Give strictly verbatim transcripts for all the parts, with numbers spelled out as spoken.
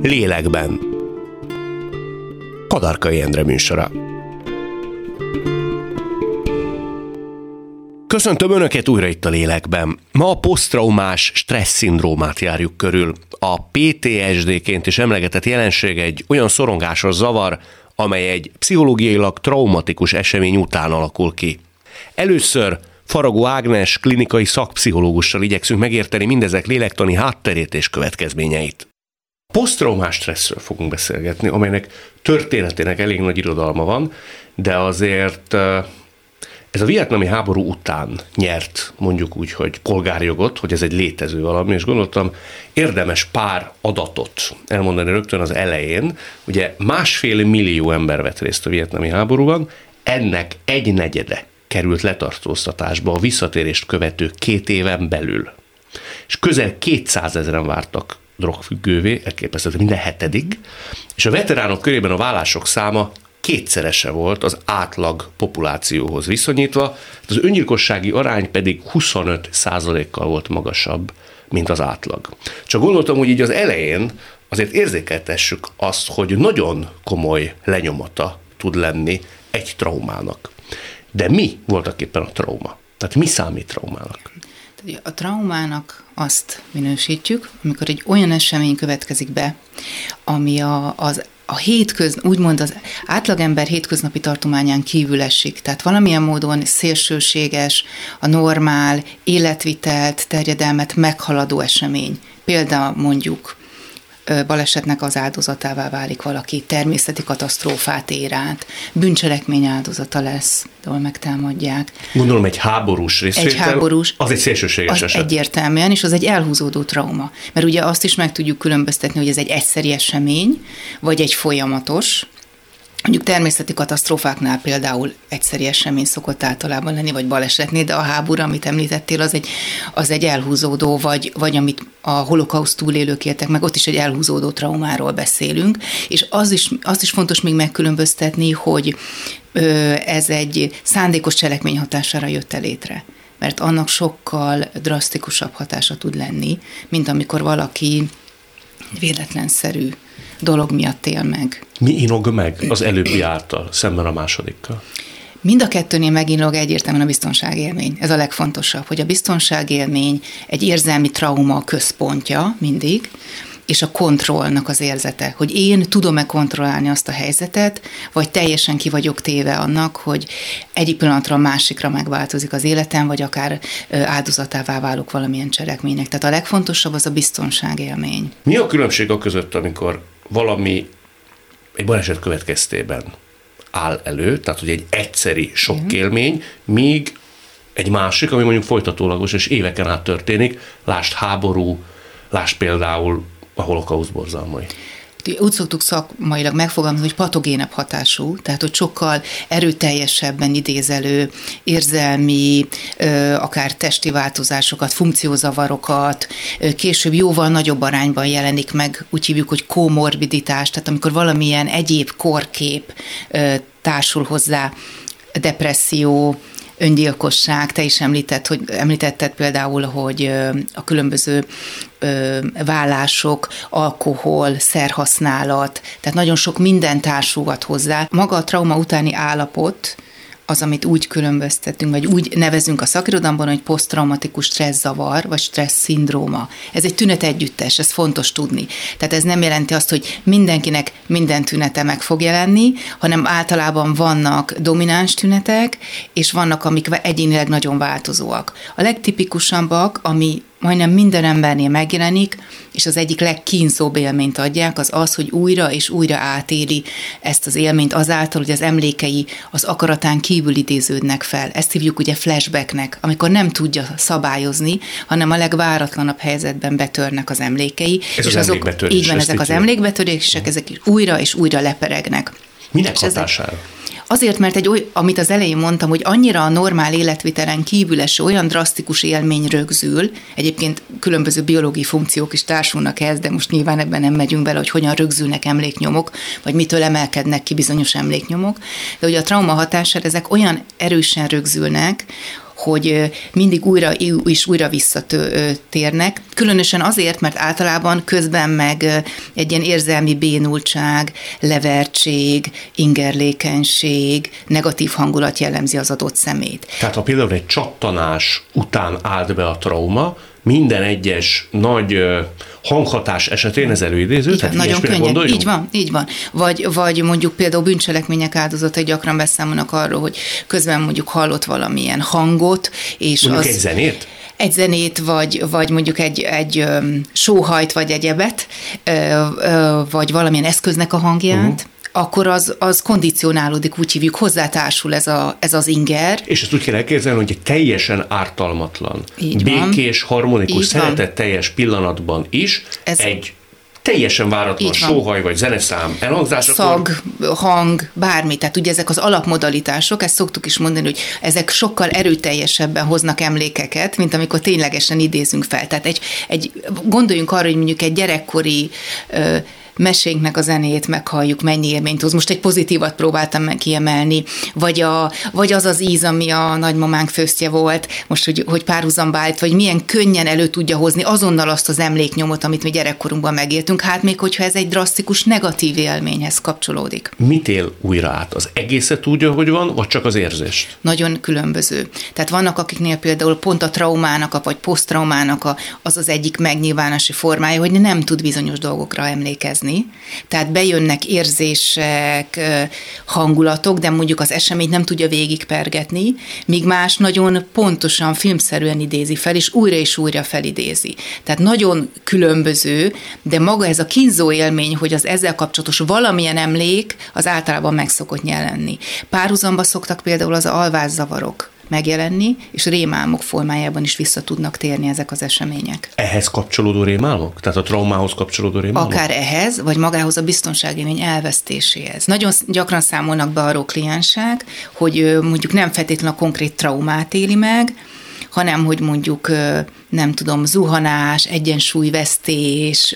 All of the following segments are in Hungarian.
Lélekben. Kadarkai Endre műsora. Köszöntöm Önöket újra itt a Lélekben. Ma a posztraumás stressz szindrómát járjuk körül. A pé té es dé-ként is emlegetett jelenség egy olyan szorongásos zavar, amely egy pszichológiailag traumatikus esemény után alakul ki. Először Faragó Ágnes klinikai szakpszichológussal igyekszünk megérteni mindezek lélektani hátterét és következményeit. Posztraumás stresszről fogunk beszélgetni, amelynek történetének elég nagy irodalma van, de azért ez a vietnami háború után nyert, mondjuk úgy, hogy polgárjogot, hogy ez egy létező valami, és gondoltam, érdemes pár adatot elmondani rögtön az elején. Ugye másfél millió ember vett részt a vietnami háborúban, ennek egy negyede került letartóztatásba a visszatérést követő két éven belül. És közel kétszázezren vártak drogfüggővé, elképesztő, minden hetedik, és a veteránok körében a vállások száma kétszerese volt az átlag populációhoz viszonyítva, az öngyilkossági arány pedig huszonöt százalékkal volt magasabb, mint az átlag. Csak gondoltam, hogy így az elején azért érzékeltessük azt, hogy nagyon komoly lenyomata tud lenni egy traumának. De mi voltak éppen a trauma? Tehát mi számít traumának? A traumának azt minősítjük, amikor egy olyan esemény következik be, ami a, az a hétköz, úgymond az átlagember hétköznapi tartományán kívül esik. Tehát valamilyen módon szélsőséges, a normál, életvitelt, terjedelmet meghaladó esemény. Például mondjuk balesetnek az áldozatává válik valaki, természeti katasztrófát ér át, bűncselekmény áldozata lesz, ahol megtámadják. Gondolom egy háborús részvétel, egy háborús, az egy szélsőséges az eset. Egyértelműen, és az egy elhúzódó trauma. Mert ugye azt is meg tudjuk különböztetni, hogy ez egy egyszeri esemény, vagy egy folyamatos. Mondjuk természeti katasztrófáknál például egyszeri esemény szokott általában lenni, vagy balesetnél, de a háború, amit említettél, az egy, az egy elhúzódó, vagy, vagy amit a holokauszt túlélők éltek meg, ott is egy elhúzódó traumáról beszélünk, és az is, azt is fontos még megkülönböztetni, hogy ö, ez egy szándékos cselekmény hatására jött el létre, mert annak sokkal drasztikusabb hatása tud lenni, mint amikor valaki véletlenszerű dolog miatt él meg. Mi inog meg az előbbi által, szemben a másodikkal? Mind a kettőnél meginog egyértelműen a biztonságélmény. Ez a legfontosabb, hogy a biztonságélmény egy érzelmi trauma központja mindig, és a kontrollnak az érzete, hogy én tudom-e kontrollálni azt a helyzetet, vagy teljesen ki vagyok téve annak, hogy egyik pillanatra a másikra megváltozik az életem, vagy akár áldozatává válok valamilyen cselekménynek. Tehát a legfontosabb az a biztonságélmény. Mi a különbség a között, amikor valami egy baleset következtében áll elő, tehát hogy egy egyszeri sokkélmény, míg egy másik, ami mondjuk folytatólagos és éveken át történik, lásd háború, lásd például a holokauszt borzalmai. Úgy szoktuk szakmailag megfogalmazni, hogy patogénebb hatású, tehát hogy sokkal erőteljesebben idéz elő érzelmi, akár testi változásokat, funkciózavarokat, később jóval nagyobb arányban jelenik meg, úgy hívjuk, hogy komorbiditás, tehát amikor valamilyen egyéb korkép társul hozzá, depresszió, öngyilkosság, te is említett, hogy, említetted például, hogy a különböző vállások, alkohol, szerhasználat, tehát nagyon sok minden társulhat hozzá. Maga a trauma utáni állapot az, amit úgy különböztetünk, vagy úgy nevezünk a szakirodalomban, hogy posztraumatikus stresszzavar, vagy stressz szindróma. Ez egy tünet együttes, ez fontos tudni. Tehát ez nem jelenti azt, hogy mindenkinek minden tünete meg fog jelenni, hanem általában vannak domináns tünetek, és vannak, amik egyénileg nagyon változóak. A legtipikusabbak, ami majdnem minden embernél megjelenik, és az egyik legkínzóbb élményt adják, az az, hogy újra és újra átéli ezt az élményt azáltal, hogy az emlékei az akaratán kívül idéződnek fel. Ezt hívjuk ugye flashbacknek, amikor nem tudja szabályozni, hanem a legváratlanabb helyzetben betörnek az emlékei. Ez és az azok, emlékbetörés. így van, ezek az emlékbetörések, ezek is újra és újra leperegnek. Minek hatására? Azért, mert egy oly, amit az elején mondtam, hogy annyira a normál életvitelen kívül eső olyan drasztikus élmény rögzül, egyébként különböző biológiai funkciók is társulnak ehhez, de most nyilván ebben nem megyünk bele, hogy hogyan rögzülnek emléknyomok, vagy mitől emelkednek ki bizonyos emléknyomok, de hogy a trauma hatására ezek olyan erősen rögzülnek, hogy mindig újra és újra visszatérnek, különösen azért, mert általában közben meg egy ilyen érzelmi bénultság, levertség, ingerlékenység, negatív hangulat jellemzi az adott szemét. Tehát ha például egy csattanás után állt be a trauma, minden egyes nagy hanghatás esetén ez előidéződhet? Nagyon könnyen, így van, így van. Vagy, vagy mondjuk például bűncselekmények áldozatai gyakran beszámolnak arról, hogy közben mondjuk hallott valamilyen hangot, és mondjuk az... egy zenét? Egy zenét, vagy, vagy mondjuk egy, egy sóhajt, vagy egyebet, vagy valamilyen eszköznek a hangját, uh-huh. akkor az, az kondicionálódik, úgy hívjuk, hozzátársul ez, a, ez az inger. És ezt úgy kell elképzelni, hogy egy teljesen ártalmatlan, így békés, van. harmonikus, szeretetteljes pillanatban is ez egy teljesen váratlan sóhaj vagy zeneszám elhangzásakor. Szag, hang, bármi. Tehát ugye ezek az alapmodalitások, ezt szoktuk is mondani, hogy ezek sokkal erőteljesebben hoznak emlékeket, mint amikor ténylegesen idézünk fel. Tehát egy, egy, gondoljunk arra, hogy mondjuk egy gyerekkori ö, mesénknek a zenét meghalljuk, mennyi élményt hoz. Most egy pozitívat próbáltam meg kiemelni, vagy, a, vagy az az íz, ami a nagymamánk főztje volt, most, hogy, hogy párhuzamba állt, vagy milyen könnyen elő tudja hozni azonnal azt az emléknyomot, amit mi gyerekkorunkban megéltünk, hát még hogyha ez egy drasztikus negatív élményhez kapcsolódik. Mit él újra át? Az egészet úgy, ahogy van, vagy csak az érzést? Nagyon különböző. Tehát vannak, akiknél például pont a traumának, vagy posztraumának a, az az egyik megnyilvánulási formája, hogy nem tud bizonyos dolgokra emlékezni. Tehát bejönnek érzések, hangulatok, de mondjuk az eseményt nem tudja végigpergetni, míg más nagyon pontosan, filmszerűen idézi fel, és újra és újra felidézi. Tehát nagyon különböző, de maga ez a kínzó élmény, hogy az ezzel kapcsolatos valamilyen emlék, az általában meg szokott jelenni. Párhuzamba szoktak például az alvászavarok megjelenni, és rémálmok formájában is vissza tudnak térni ezek az események. Ehhez kapcsolódó rémálmok? Tehát a traumához kapcsolódó rémálmok? Akár ehhez, vagy magához a biztonságélmény elvesztéséhez. Nagyon gyakran számolnak be arról kliensek, hogy mondjuk nem feltétlenül a konkrét traumát éli meg, hanem hogy mondjuk, nem tudom, zuhanás, egyensúlyvesztés,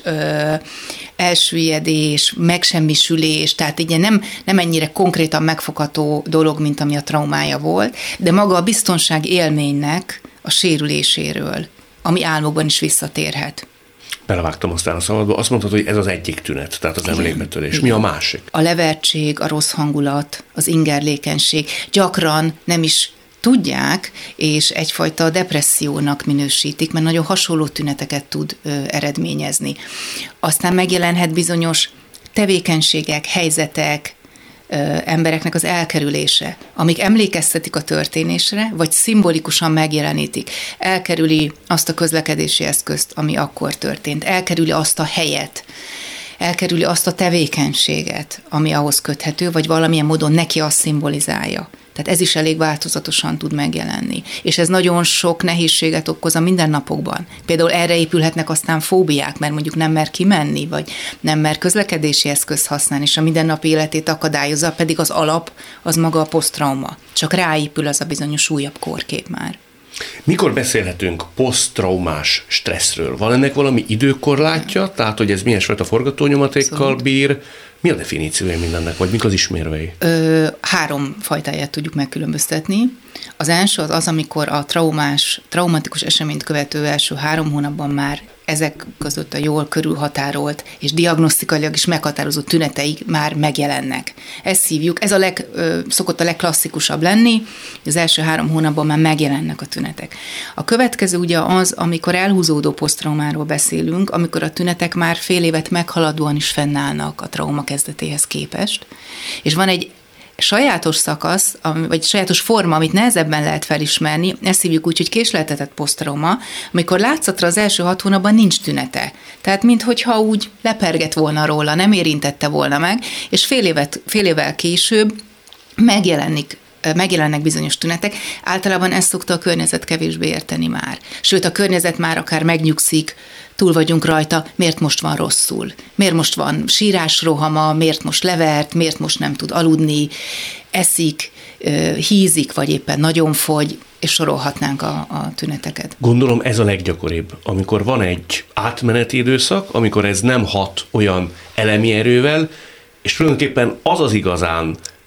elsüllyedés, megsemmisülés, tehát ugye nem, nem ennyire konkrétan megfogható dolog, mint ami a traumája volt, de maga a biztonság élménynek a sérüléséről, ami álmokban is visszatérhet. Belevágtam aztán a szabadba, azt mondtad, hogy ez az egyik tünet, tehát az emlékbetörés. Mi a másik? A levertség, a rossz hangulat, az ingerlékenység. Gyakran nem is tudják, és egyfajta depressziónak minősítik, mert nagyon hasonló tüneteket tud ö, eredményezni. Aztán megjelenhet bizonyos tevékenységek, helyzetek, ö, embereknek az elkerülése, amik emlékeztetik a történésre, vagy szimbolikusan megjelenítik. Elkerüli azt a közlekedési eszközt, ami akkor történt. Elkerüli azt a helyet, elkerüli azt a tevékenységet, ami ahhoz köthető, vagy valamilyen módon neki azt szimbolizálja. Tehát ez is elég változatosan tud megjelenni. És ez nagyon sok nehézséget okoz a mindennapokban. Például erre épülhetnek aztán fóbiák, mert mondjuk nem mer kimenni, vagy nem mer közlekedési eszközt használni, és a mindennapi életét akadályozza, pedig az alap az maga a posztrauma. Csak ráépül az a bizonyos újabb kórkép már. Mikor beszélhetünk posztraumás stresszről? Van ennek valami időkorlátja? Tehát, hogy ez milyen fajta forgatónyomatékkal bír? Mi a definíciója mindennek, vagy mik az ismérvei? Ö, három fajtáját tudjuk megkülönböztetni. Az első az az, amikor a traumás, traumatikus eseményt követő első három hónapban már ezek között a jól körülhatárolt és diagnosztikailag is meghatározott tüneteik már megjelennek. Ezt hívjuk, ez a leg, ö, szokott a legklasszikusabb lenni, az első három hónapban már megjelennek a tünetek. A következő ugye az, amikor elhúzódó posztraumáról beszélünk, amikor a tünetek már fél évet meghaladóan is fennállnak a trauma kezdetéhez képest, és van egy sajátos szakasz, vagy sajátos forma, amit nehezebben lehet felismerni, ezt hívjuk úgy, hogy késleltetett posztrauma, amikor látszatra az első hat hónapban nincs tünete. Tehát minthogyha úgy lepergett volna róla, nem érintette volna meg, és fél, évet, fél évvel később megjelenik megjelennek bizonyos tünetek, általában ezt szokta a környezet kevésbé érteni már. Sőt, a környezet már akár megnyugszik, túl vagyunk rajta, miért most van rosszul, miért most van sírásrohama, miért most levert, miért most nem tud aludni, eszik, hízik, vagy éppen nagyon fogy, és sorolhatnánk a, a tüneteket. Gondolom ez a leggyakoribb, amikor van egy átmeneti időszak, amikor ez nem hat olyan elemi erővel, és tulajdonképpen az az igazán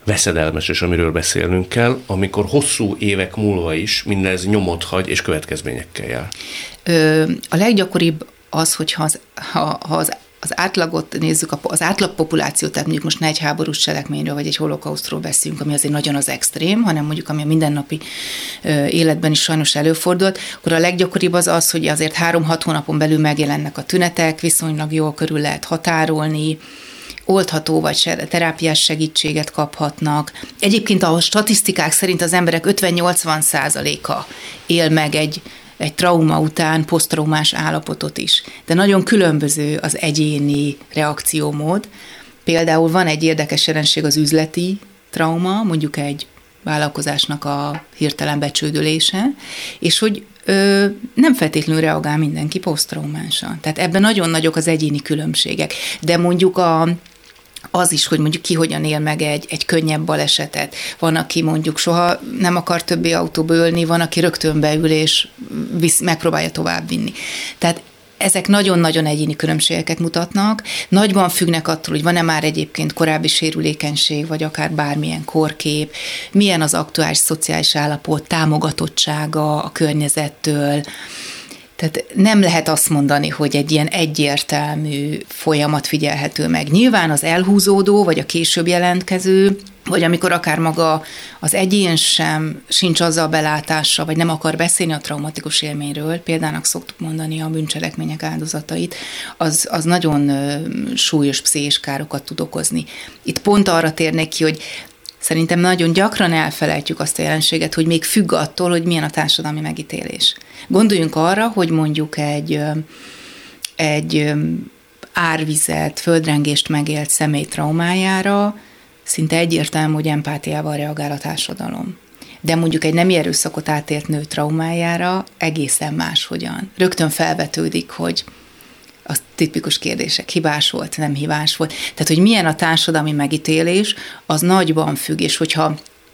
veszedelmes, és amiről beszélnünk kell, amikor hosszú évek múlva is mindez nyomot hagy, és következményekkel jár? Ö, a leggyakoribb az, hogyha az, ha, ha az az átlagot nézzük, az átlag populációt, tehát mondjuk most ne egy háborús cselekményről, vagy egy holokausztról beszélünk, ami azért nagyon az extrém, hanem mondjuk ami a mindennapi életben is sajnos előfordult, akkor a leggyakoribb az az, hogy azért három-hat hónapon belül megjelennek a tünetek, viszonylag jól körül lehet határolni, oldható vagy terápiás segítséget kaphatnak. Egyébként a statisztikák szerint az emberek ötven-nyolcvan százaléka él meg egy egy trauma után posztraumás állapotot is. De nagyon különböző az egyéni reakciómód. Például van egy érdekes jelenség az üzleti trauma, mondjuk egy vállalkozásnak a hirtelen becsődülése, és hogy ö, nem feltétlenül reagál mindenki posztraumásan. Tehát ebben nagyon nagyok az egyéni különbségek. De mondjuk a az is, hogy mondjuk ki hogyan él meg egy, egy könnyebb balesetet. Van, aki mondjuk soha nem akar többé autóba ülni, van, aki rögtön beül és visz, megpróbálja továbbvinni. Tehát ezek nagyon-nagyon egyéni különbségeket mutatnak. Nagyban függnek attól, hogy van-e már egyébként korábbi sérülékenység, vagy akár bármilyen korkép, milyen az aktuális szociális állapot, támogatottsága a környezettől. Tehát nem lehet azt mondani, hogy egy ilyen egyértelmű folyamat figyelhető meg. Nyilván az elhúzódó, vagy a később jelentkező, vagy amikor akár maga az egyén sem sincs azzal a belátása, vagy nem akar beszélni a traumatikus élményről, példának szoktuk mondani a bűncselekmények áldozatait, az, az nagyon súlyos pszichés károkat tud okozni. Itt pont arra térnék ki, hogy szerintem nagyon gyakran elfelejtjük azt a jelenséget, hogy még függ attól, hogy milyen a társadalmi megítélés. Gondoljunk arra, hogy mondjuk egy, egy árvizet, földrengést megélt személy traumájára szinte egyértelmű, hogy empátiával reagál a társadalom. De mondjuk egy nemi erőszakot átélt nő traumájára egészen máshogyan. Rögtön felvetődik, hogy a tipikus kérdések, hibás volt, nem hibás volt. Tehát, hogy milyen a társadalmi megítélés, az nagyban függ, és hogyha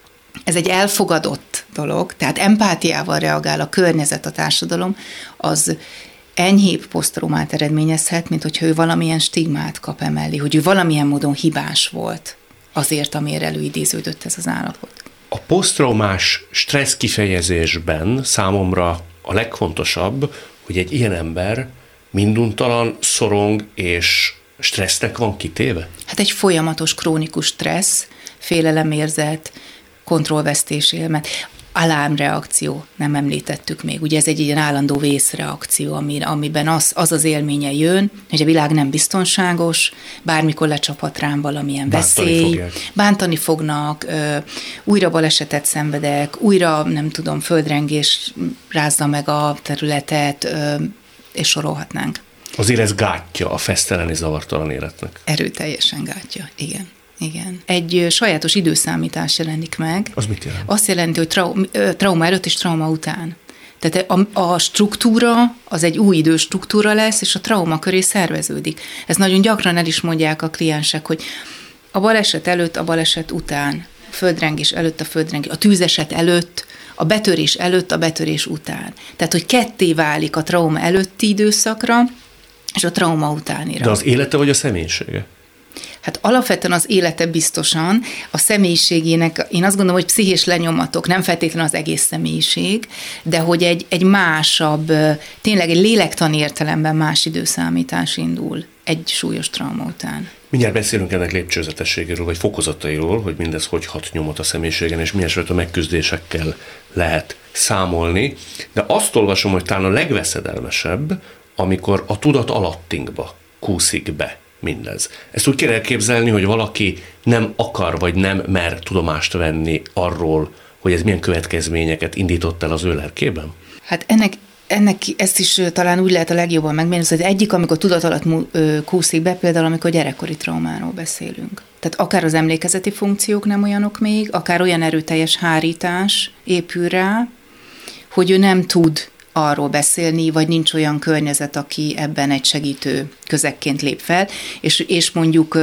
ez egy elfogadott dolog, tehát empátiával reagál a környezet, a társadalom, az enyhébb posztraumát eredményezhet, mint hogyha ő valamilyen stigmát kap emellé, hogy ő valamilyen módon hibás volt azért, amiért előidéződött ez az állapot. A posztraumás stressz kifejezésben számomra a legfontosabb, hogy egy ilyen ember minduntalan, szorong és stressznek van kitéve? Hát egy folyamatos, krónikus stressz, félelemérzet, kontrollvesztés élmet, alarmreakció, nem említettük még. Ugye ez egy ilyen állandó vészreakció, amiben az, az az élménye jön, hogy a világ nem biztonságos, bármikor lecsaphat rám valamilyen Bántani veszély, fogják. bántani fognak, újra balesetet szenvedek, újra, nem tudom, földrengés rázza meg a területet, és sorolhatnánk. Azért ez gátja a feszteleni, zavartalan életnek. Erőteljesen gátja, igen. Igen. Egy sajátos időszámítás jelenik meg. Az mit jelent? Azt jelenti, hogy trau- trauma előtt és trauma után. Tehát a, a struktúra az egy új idő struktúra lesz, és a trauma köré szerveződik. Ez nagyon gyakran el is mondják a kliensek, hogy a baleset előtt, a baleset után, a földrengés előtt, a földrengés, a tűzeset előtt, a betörés előtt, a betörés után. Tehát, hogy ketté válik a trauma előtti időszakra, és a trauma utánira. De az élete vagy a személyisége? Hát alapvetően az élete biztosan, a személyiségének, én azt gondolom, hogy pszichés lenyomatok, nem feltétlenül az egész személyiség, de hogy egy, egy másabb, tényleg egy lélektani értelemben más időszámítás indul egy súlyos trauma után. Mindjárt beszélünk ennek lépcsőzetességéről, vagy fokozatairól, hogy mindez hogy hat nyomot a személyiségen, és milyen a megküzdésekkel lehet számolni. De azt olvasom, hogy talán a legveszedelmesebb, amikor a tudat alattinkba kúszik be mindez. Ezt úgy kell elképzelni, hogy valaki nem akar, vagy nem mer tudomást venni arról, hogy ez milyen következményeket indított el az ő lelkében? Hát ennek, ennek ezt is talán úgy lehet a legjobban megmérni, hogy az egyik, amikor tudat alatt kúszik be, például amikor gyerekkori traumáról beszélünk. Tehát akár az emlékezeti funkciók nem olyanok még, akár olyan erőteljes hárítás épül rá, hogy ő nem tud arról beszélni, vagy nincs olyan környezet, aki ebben egy segítő közegként lép fel, és, és mondjuk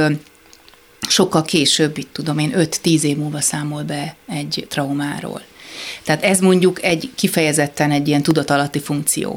sokkal később, itt tudom én, öt-tíz év múlva számol be egy traumáról. Tehát ez mondjuk egy kifejezetten egy ilyen tudatalatti funkció.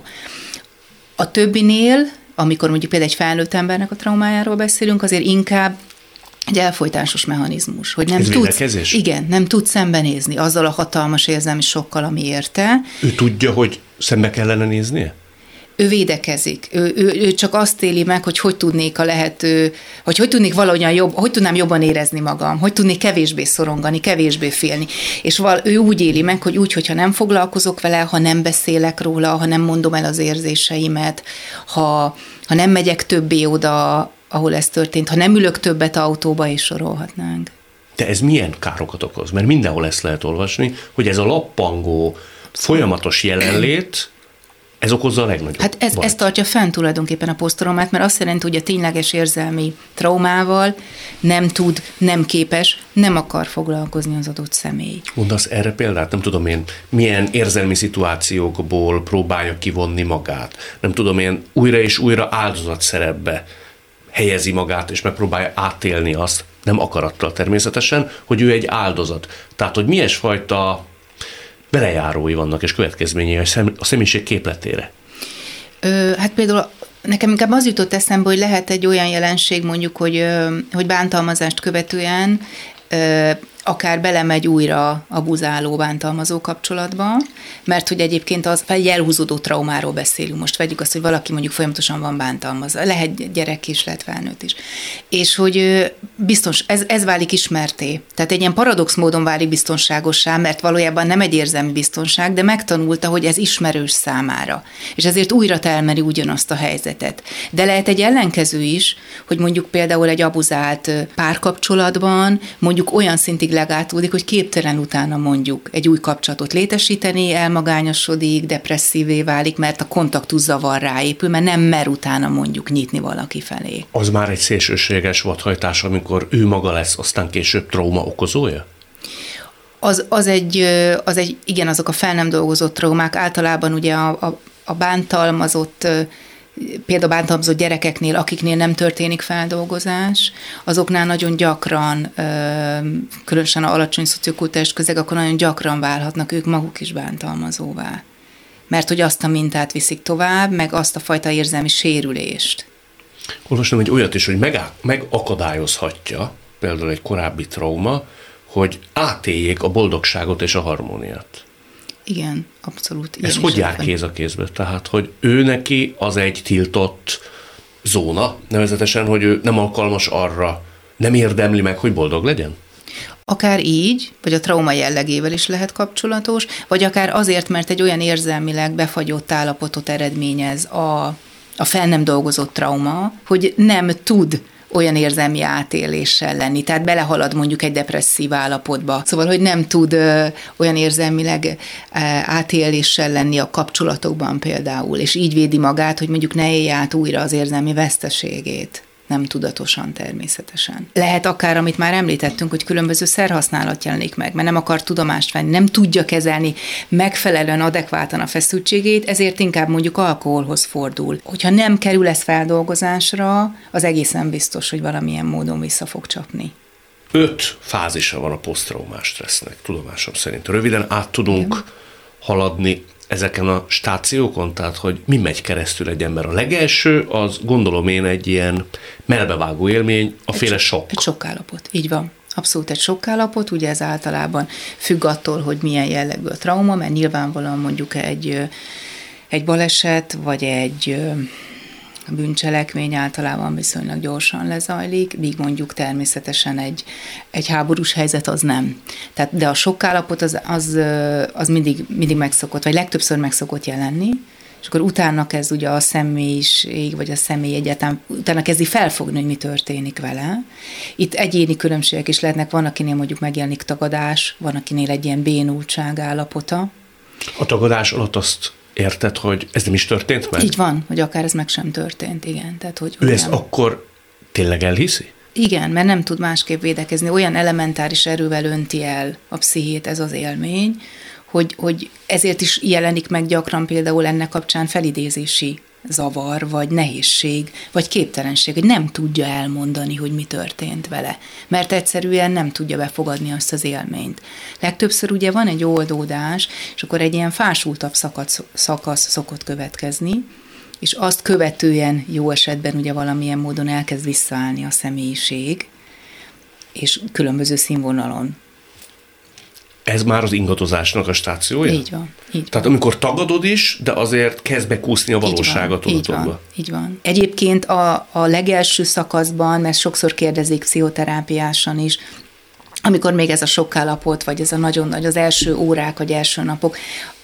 A többinél, amikor mondjuk például egy felnőtt embernek a traumájáról beszélünk, azért inkább egy elfojtásos mechanizmus, hogy nem Ez tud, védekezés? igen, nem tud szembenézni azzal a hatalmas érzelmi sokkal, ami érte. Ő tudja, hogy szembe kellene néznie? Ő védekezik. Ő, ő, ő csak azt éli meg, hogy hogy tudnék a lehető, hogy hogy tudnék valahogyan jobb, hogy tudnám jobban érezni magam, hogy tudnék kevésbé szorongani, kevésbé félni. És val, ő úgy éli meg, hogy úgy, hogyha nem foglalkozok vele, ha nem beszélek róla, ha nem mondom el az érzéseimet, ha, ha nem megyek többé oda, ahol ez történt, ha nem ülök többet autóba, és sorolhatnánk. De ez milyen károkat okoz? Mert mindenhol ezt lehet olvasni, hogy ez a lappangó, folyamatos jelenlét, ez okozza a legnagyobb Hát ez, ez tartja fenn tulajdonképpen a posztraumát, mert azt jelenti, hogy a tényleges érzelmi traumával nem tud, nem képes, nem akar foglalkozni az adott személy. Mondasz erre példát? Nem tudom én, milyen érzelmi szituációkból próbálja kivonni magát. Nem tudom én, újra és újra áldozatszerepbe helyezi magát, és megpróbálja átélni azt, nem akarattal természetesen, hogy ő egy áldozat. Tehát, hogy milyesfajta belejárói vannak és következményei a személyiség képletére? Ö, hát például nekem inkább az jutott eszembe, hogy lehet egy olyan jelenség mondjuk, hogy, hogy bántalmazást követően ö, akár belemegy újra abuzáló, bántalmazó kapcsolatba, mert hogy egyébként az egy elhúzódó traumáról beszélünk. Most vegyük azt, hogy valaki mondjuk folyamatosan van bántalmazva. Lehet gyerek is, lehet felnőtt is. És hogy biztos, ez, ez válik ismerté. Tehát egy ilyen paradox módon válik biztonságossá, mert valójában nem egy érzelmi biztonság, de megtanulta, hogy ez ismerős számára. És ezért újra elmeri ugyanazt a helyzetet. De lehet egy ellenkező is, hogy mondjuk például egy abuzált párkapcsolatban mondjuk olyan szintig legátódik, hogy képtelen utána mondjuk egy új kapcsolatot létesíteni, elmagányosodik, depresszívé válik, mert a kontaktuszavar ráépül, mert nem mer utána mondjuk nyitni valaki felé. Az már egy szélsőséges vadhajtás, amikor ő maga lesz, aztán később trauma okozója? Az, az, egy, az egy, igen, azok a fel nem dolgozott traumák, általában ugye a, a, a bántalmazott például bántalmazott gyerekeknél, akiknél nem történik feldolgozás, azoknál nagyon gyakran, különösen a alacsony szociokulturális közeg, akkor nagyon gyakran válhatnak ők maguk is bántalmazóvá. Mert hogy azt a mintát viszik tovább, meg azt a fajta érzelmi sérülést. Olvastam egy olyat is, hogy megakadályozhatja például egy korábbi trauma, hogy átéljék a boldogságot és a harmóniát. Igen, abszolút. Ez hogy jár kéz a kézbe? Tehát, hogy ő neki az egy tiltott zóna, nevezetesen, hogy ő nem alkalmas arra, nem érdemli meg, hogy boldog legyen? Akár így, vagy a trauma jellegével is lehet kapcsolatos, vagy akár azért, mert egy olyan érzelmileg befagyott állapotot eredményez a, a fel nem dolgozott trauma, hogy nem tud olyan érzelmi átéléssel lenni, tehát belehalad mondjuk egy depresszív állapotba. Szóval, hogy nem tud ö, olyan érzelmileg ö, átéléssel lenni a kapcsolatokban például, és így védi magát, hogy mondjuk ne élje át újra az érzelmi veszteségét. Nem tudatosan természetesen. Lehet akár, amit már említettünk, hogy különböző szerhasználat jelenik meg, mert nem akar tudomást venni, nem tudja kezelni megfelelően, adekvátan a feszültségét, ezért inkább mondjuk alkoholhoz fordul. Hogyha nem kerül ez feldolgozásra, az egészen biztos, hogy valamilyen módon vissza fog csapni. Öt fázisa van a posztraumás stressznek, tudomásom szerint. Röviden át tudunk Igen. haladni ezeken a stációkon, tehát hogy mi megy keresztül egy ember. A legelső, az gondolom én egy ilyen melbevágó élmény, a féle sok. Egy sokkállapot, így van. Abszolút egy sokkállapot, ugye ez általában függ attól, hogy milyen jellegű a trauma, mert nyilvánvalóan mondjuk egy, egy baleset, vagy egy bűncselekmény általában viszonylag gyorsan lezajlik, míg mondjuk természetesen egy, egy háborús helyzet az nem. Tehát, de a sokkállapot az, az, az mindig, mindig megszokott, vagy legtöbbször megszokott jelenni, és akkor utána kezd ugye a személyiség, vagy a személy egyáltalán, utána kezdi felfogni, hogy mi történik vele. Itt egyéni különbségek is lehetnek, van, akinél mondjuk megjelenik tagadás, van, akinél egy ilyen bénultság állapota. A tagadás alatt azt érted, hogy ez nem is történt meg? Így van, hogy akár ez meg sem történt, igen. Tehát, hogy ő ezt akkor tényleg elhiszi? Igen, mert nem tud másképp védekezni. Olyan elementáris erővel önti el a pszichét ez az élmény, hogy, hogy ezért is jelenik meg gyakran például ennek kapcsán felidézési zavar, vagy nehézség, vagy képtelenség, hogy nem tudja elmondani, hogy mi történt vele, mert egyszerűen nem tudja befogadni azt az élményt. Legtöbbször ugye van egy oldódás, és akkor egy ilyen fásultabb szakasz, szakasz szokott következni, és azt követően jó esetben ugye valamilyen módon elkezd visszaállni a személyiség, és különböző színvonalon. Ez már az ingadozásnak a stációja? Így van. Így Tehát van. amikor tagadod is, de azért kezd bekúszni a valóság a tudatodba. Így van, így van. Egyébként a, a legelső szakaszban, mert sokszor kérdezik pszichoterápiásan is, amikor még ez a sokkállapot, vagy ez a nagyon nagy, az első órák, vagy első napok,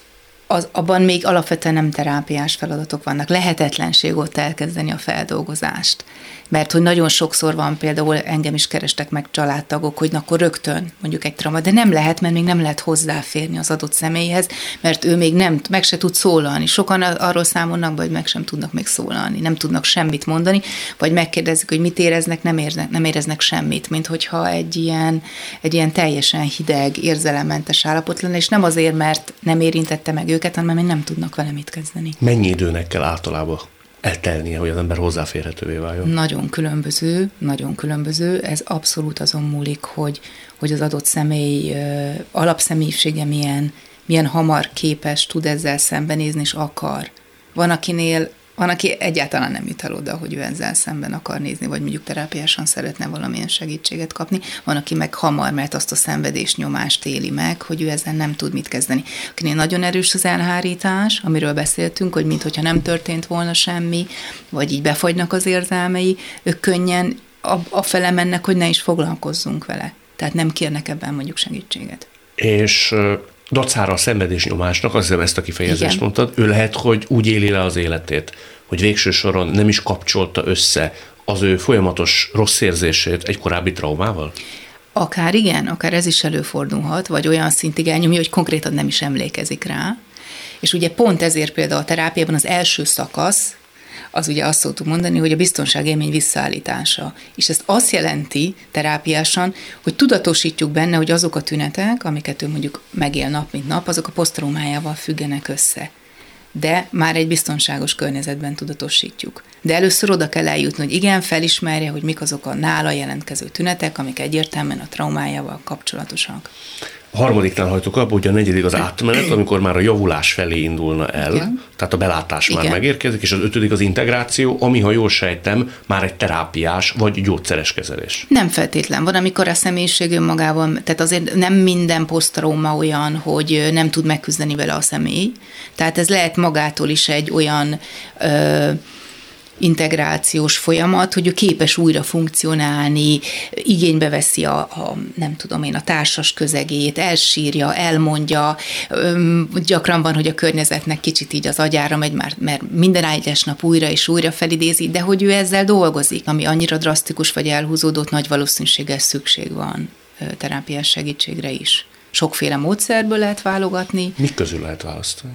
az, abban még alapvetően nem terápiás feladatok vannak. Lehetetlenség ott elkezdeni a feldolgozást. Mert hogy nagyon sokszor van, például engem is kerestek meg családtagok, hogy na, akkor rögtön mondjuk egy trauma, de nem lehet, mert még nem lehet hozzáférni az adott személyhez, mert ő még nem, meg se tud szólalni. Sokan arról számolnak, hogy meg sem tudnak még szólalni, nem tudnak semmit mondani, vagy megkérdezik, hogy mit éreznek, nem éreznek, nem éreznek semmit, mint hogyha egy ilyen, egy ilyen teljesen hideg, érzelemmentes állapot lenne, és nem azért, mert nem érintette meg őket, hanem mert nem tudnak vele mit kezdeni. Mennyi időnek kell általában eltelnie, hogy az ember hozzáférhetővé váljon? Nagyon különböző, nagyon különböző. Ez abszolút azon múlik, hogy, hogy az adott személy alapszemélyisége milyen, milyen hamar képes tud ezzel szembenézni, és akar. Van, akinél, van, aki egyáltalán nem jut el oda, hogy ő ezzel szemben akar nézni, vagy mondjuk terápiásan szeretne valamilyen segítséget kapni. Van, aki meg hamar, mert azt a szenvedés nyomást éli meg, hogy ő ezzel nem tud mit kezdeni. Akinél nagyon erős az elhárítás, amiről beszéltünk, hogy minthogyha nem történt volna semmi, vagy így befagynak az érzelmei, ők könnyen a, a fele mennek, hogy ne is foglalkozzunk vele. Tehát nem kérnek ebben mondjuk segítséget. És dacára a szenvedés nyomásnak, azt hiszem ezt a kifejezést Igen. mondtad, ő lehet, hogy úgy éli le az életét, hogy végső soron nem is kapcsolta össze az ő folyamatos rossz érzését egy korábbi traumával? Akár igen, akár ez is előfordulhat, vagy olyan szintig elnyomja, hogy konkrétan nem is emlékezik rá. És ugye pont ezért például a terápiában az első szakasz, az ugye azt szoktuk mondani, hogy a biztonságélmény visszaállítása. És ez azt jelenti terápiásan, hogy tudatosítjuk benne, hogy azok a tünetek, amiket ő mondjuk megél nap mint nap, azok a posztraumájával függenek össze. De már egy biztonságos környezetben tudatosítjuk. De először oda kell eljutni, hogy igen, felismerje, hogy mik azok a nála jelentkező tünetek, amik egyértelműen a traumájával kapcsolatosak. A harmadiknál hajtok abba, hogy a negyedik az átmenet, amikor már a javulás felé indulna el, igen. Tehát a belátás már igen. megérkezik, és az ötödik az integráció, ami, ha jól sejtem, már egy terápiás vagy gyógyszeres kezelés. Nem feltétlen. Van, amikor a személyiség önmagában, tehát azért nem minden posztrauma olyan, hogy nem tud megküzdeni vele a személy. Tehát ez lehet magától is egy olyan ö, integrációs folyamat, hogy ő képes újra funkcionálni, igénybe veszi a, a, nem tudom én, a társas közegét, elsírja, elmondja, öm, gyakran van, hogy a környezetnek kicsit így az agyára megy, már, mert minden egyes nap újra és újra felidézi, de hogy ő ezzel dolgozik, ami annyira drasztikus vagy elhúzódott, nagy valószínűséggel szükség van terápiás segítségre is. Sokféle módszerből lehet válogatni. Mik közül lehet választani?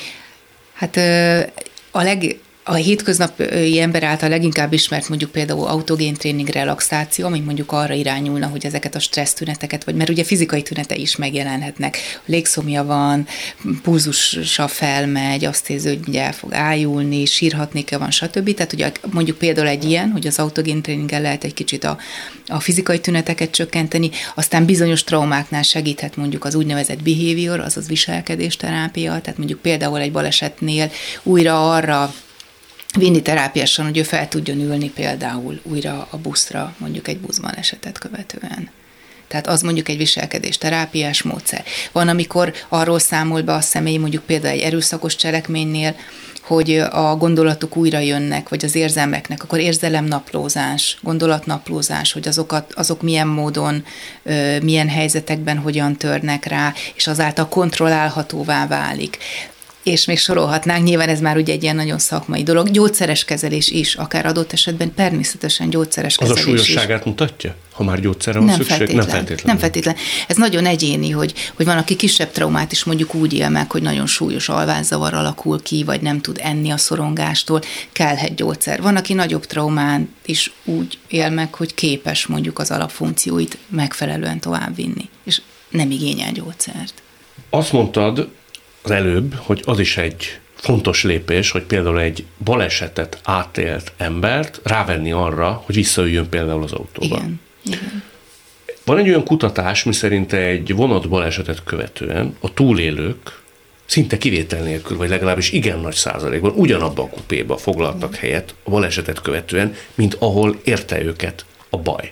Hát a leg... A hétköznapi ember által leginkább ismert mondjuk például autogén tréning, relaxáció, ami mondjuk arra irányulna, hogy ezeket a stressz tüneteket, vagy mert ugye fizikai tünete is megjelenhetnek. Légszomja van, pulzusa felmegy, azt érzi, hogy ugye el fog ájulni, sírhatni-e van, stb. Tehát ugye mondjuk például egy ilyen, hogy az autogén tréninggel lehet egy kicsit a, a fizikai tüneteket csökkenteni, aztán bizonyos traumáknál segíthet mondjuk az úgynevezett behavior, azaz viselkedésterápia, tehát mondjuk például egy balesetnél újra arra vinni terápiásan, hogy ő fel tudjon ülni például újra a buszra, mondjuk egy buszbalesetet követően. Tehát az mondjuk egy viselkedés terápiás módszer. Van, amikor arról számol be a személy, mondjuk például egy erőszakos cselekménynél, hogy a gondolatok újra jönnek, vagy az érzelmeknek, akkor érzelemnaplózás, gondolatnaplózás, hogy azokat, azok milyen módon, milyen helyzetekben hogyan törnek rá, és azáltal kontrollálhatóvá válik. És még sorolhatnánk, nyilván ez már ugye egy ilyen nagyon szakmai dolog. Gyógyszeres kezelés is, akár adott esetben természetesen gyógyszeres kezelés is. Az a súlyosságát mutatja, ha már gyógyszerre van nem szükség? Feltétlen, nem feltétlen. Nem feltétlen. Ez nagyon egyéni, hogy, hogy van, aki kisebb traumát is mondjuk úgy él meg, hogy nagyon súlyos alvászavar alakul ki, vagy nem tud enni a szorongástól, kellhet gyógyszer. Van, aki nagyobb traumán is úgy él meg, hogy képes mondjuk az alapfunkcióit megfelelően továbbvinni, és nem igényel gyógyszert. Azt mondtad az előbb, hogy az is egy fontos lépés, hogy például egy balesetet átélt embert rávenni arra, hogy visszaüljön például az autóba. Igen, igen. Van egy olyan kutatás, miszerint egy vonatbalesetet követően a túlélők szinte kivétel nélkül, vagy legalábbis igen nagy százalékban ugyanabban a kupéba foglaltak helyet a balesetet követően, mint ahol érte őket a baj.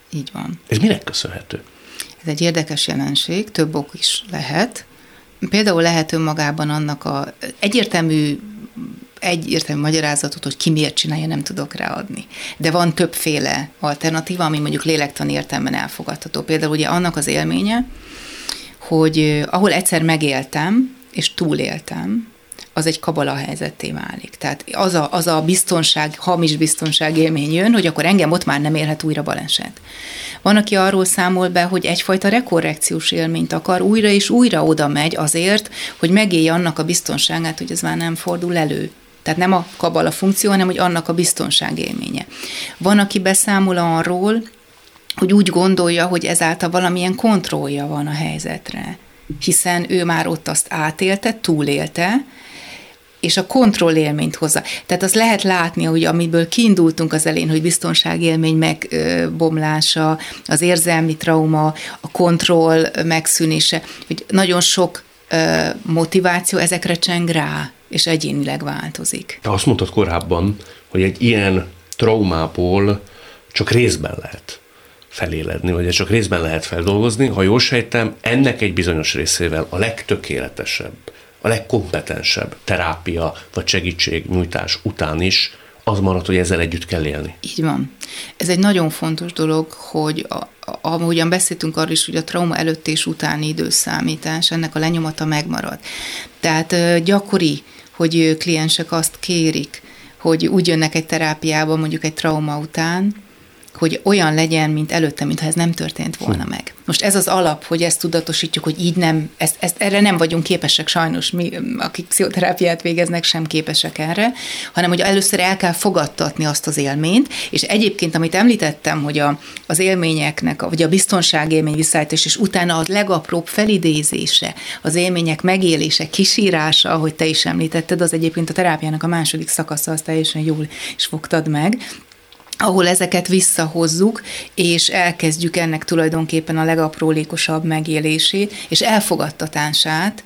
Így van. Ez minek köszönhető? Ez egy érdekes jelenség, több ok is lehet. Például lehet önmagában annak a egyértelmű egyértelmű magyarázatot, hogy ki miért csinálja, nem tudok ráadni. De van többféle alternatíva, ami mondjuk lélektani értelemben elfogadható. Például ugye annak az élménye, hogy ahol egyszer megéltem, és túléltem, az egy kabala helyzetté válik. Tehát az a, az a biztonság, hamis biztonság élmény jön, hogy akkor engem ott már nem érhet újra baleset. Van, aki arról számol be, hogy egyfajta rekorrekciós élményt akar, újra és újra oda megy azért, hogy megélje annak a biztonságát, hogy ez már nem fordul elő. Tehát nem a kabala funkció, hanem hogy annak a biztonság élménye. Van, aki beszámol arról, hogy úgy gondolja, hogy ezáltal valamilyen kontrollja van a helyzetre, hiszen ő már ott azt átélte, túlélte, és a kontrollélményt hozza. Tehát azt lehet látni, hogy amiből kiindultunk az elején, hogy biztonságélmény megbomlása, az érzelmi trauma, a kontroll megszűnése, hogy nagyon sok motiváció ezekre cseng rá, és egyénileg változik. Te azt mondtad korábban, hogy egy ilyen traumából csak részben lehet feléledni, vagy csak részben lehet feldolgozni. Ha jól sejtem, ennek egy bizonyos részével a legtökéletesebb, a legkompetensebb terápia vagy segítségnyújtás után is az marad, hogy ezzel együtt kell élni. Így van. Ez egy nagyon fontos dolog, hogy a, ahogyan beszéltünk arról is, hogy a trauma előtt és utáni időszámítás, ennek a lenyomata megmarad. Tehát gyakori, hogy kliensek azt kérik, hogy úgy jönnek egy terápiába, mondjuk egy trauma után, hogy olyan legyen, mint előtte, mintha ez nem történt volna meg. Most ez az alap, hogy ezt tudatosítjuk, hogy így nem, ezt, ezt, erre nem vagyunk képesek sajnos, mi, akik pszichoterápiát végeznek, sem képesek erre, hanem hogy először el kell fogadtatni azt az élményt, és egyébként, amit említettem, hogy a, az élményeknek, vagy a biztonságélmény visszaállítás, és utána a legapróbb felidézése, az élmények megélése, kisírása, ahogy te is említetted, az egyébként a terápiának a második szakasza, azt teljesen jól is fogtad meg, ahol ezeket visszahozzuk, és elkezdjük ennek tulajdonképpen a legaprólékosabb megélését, és elfogadtatását,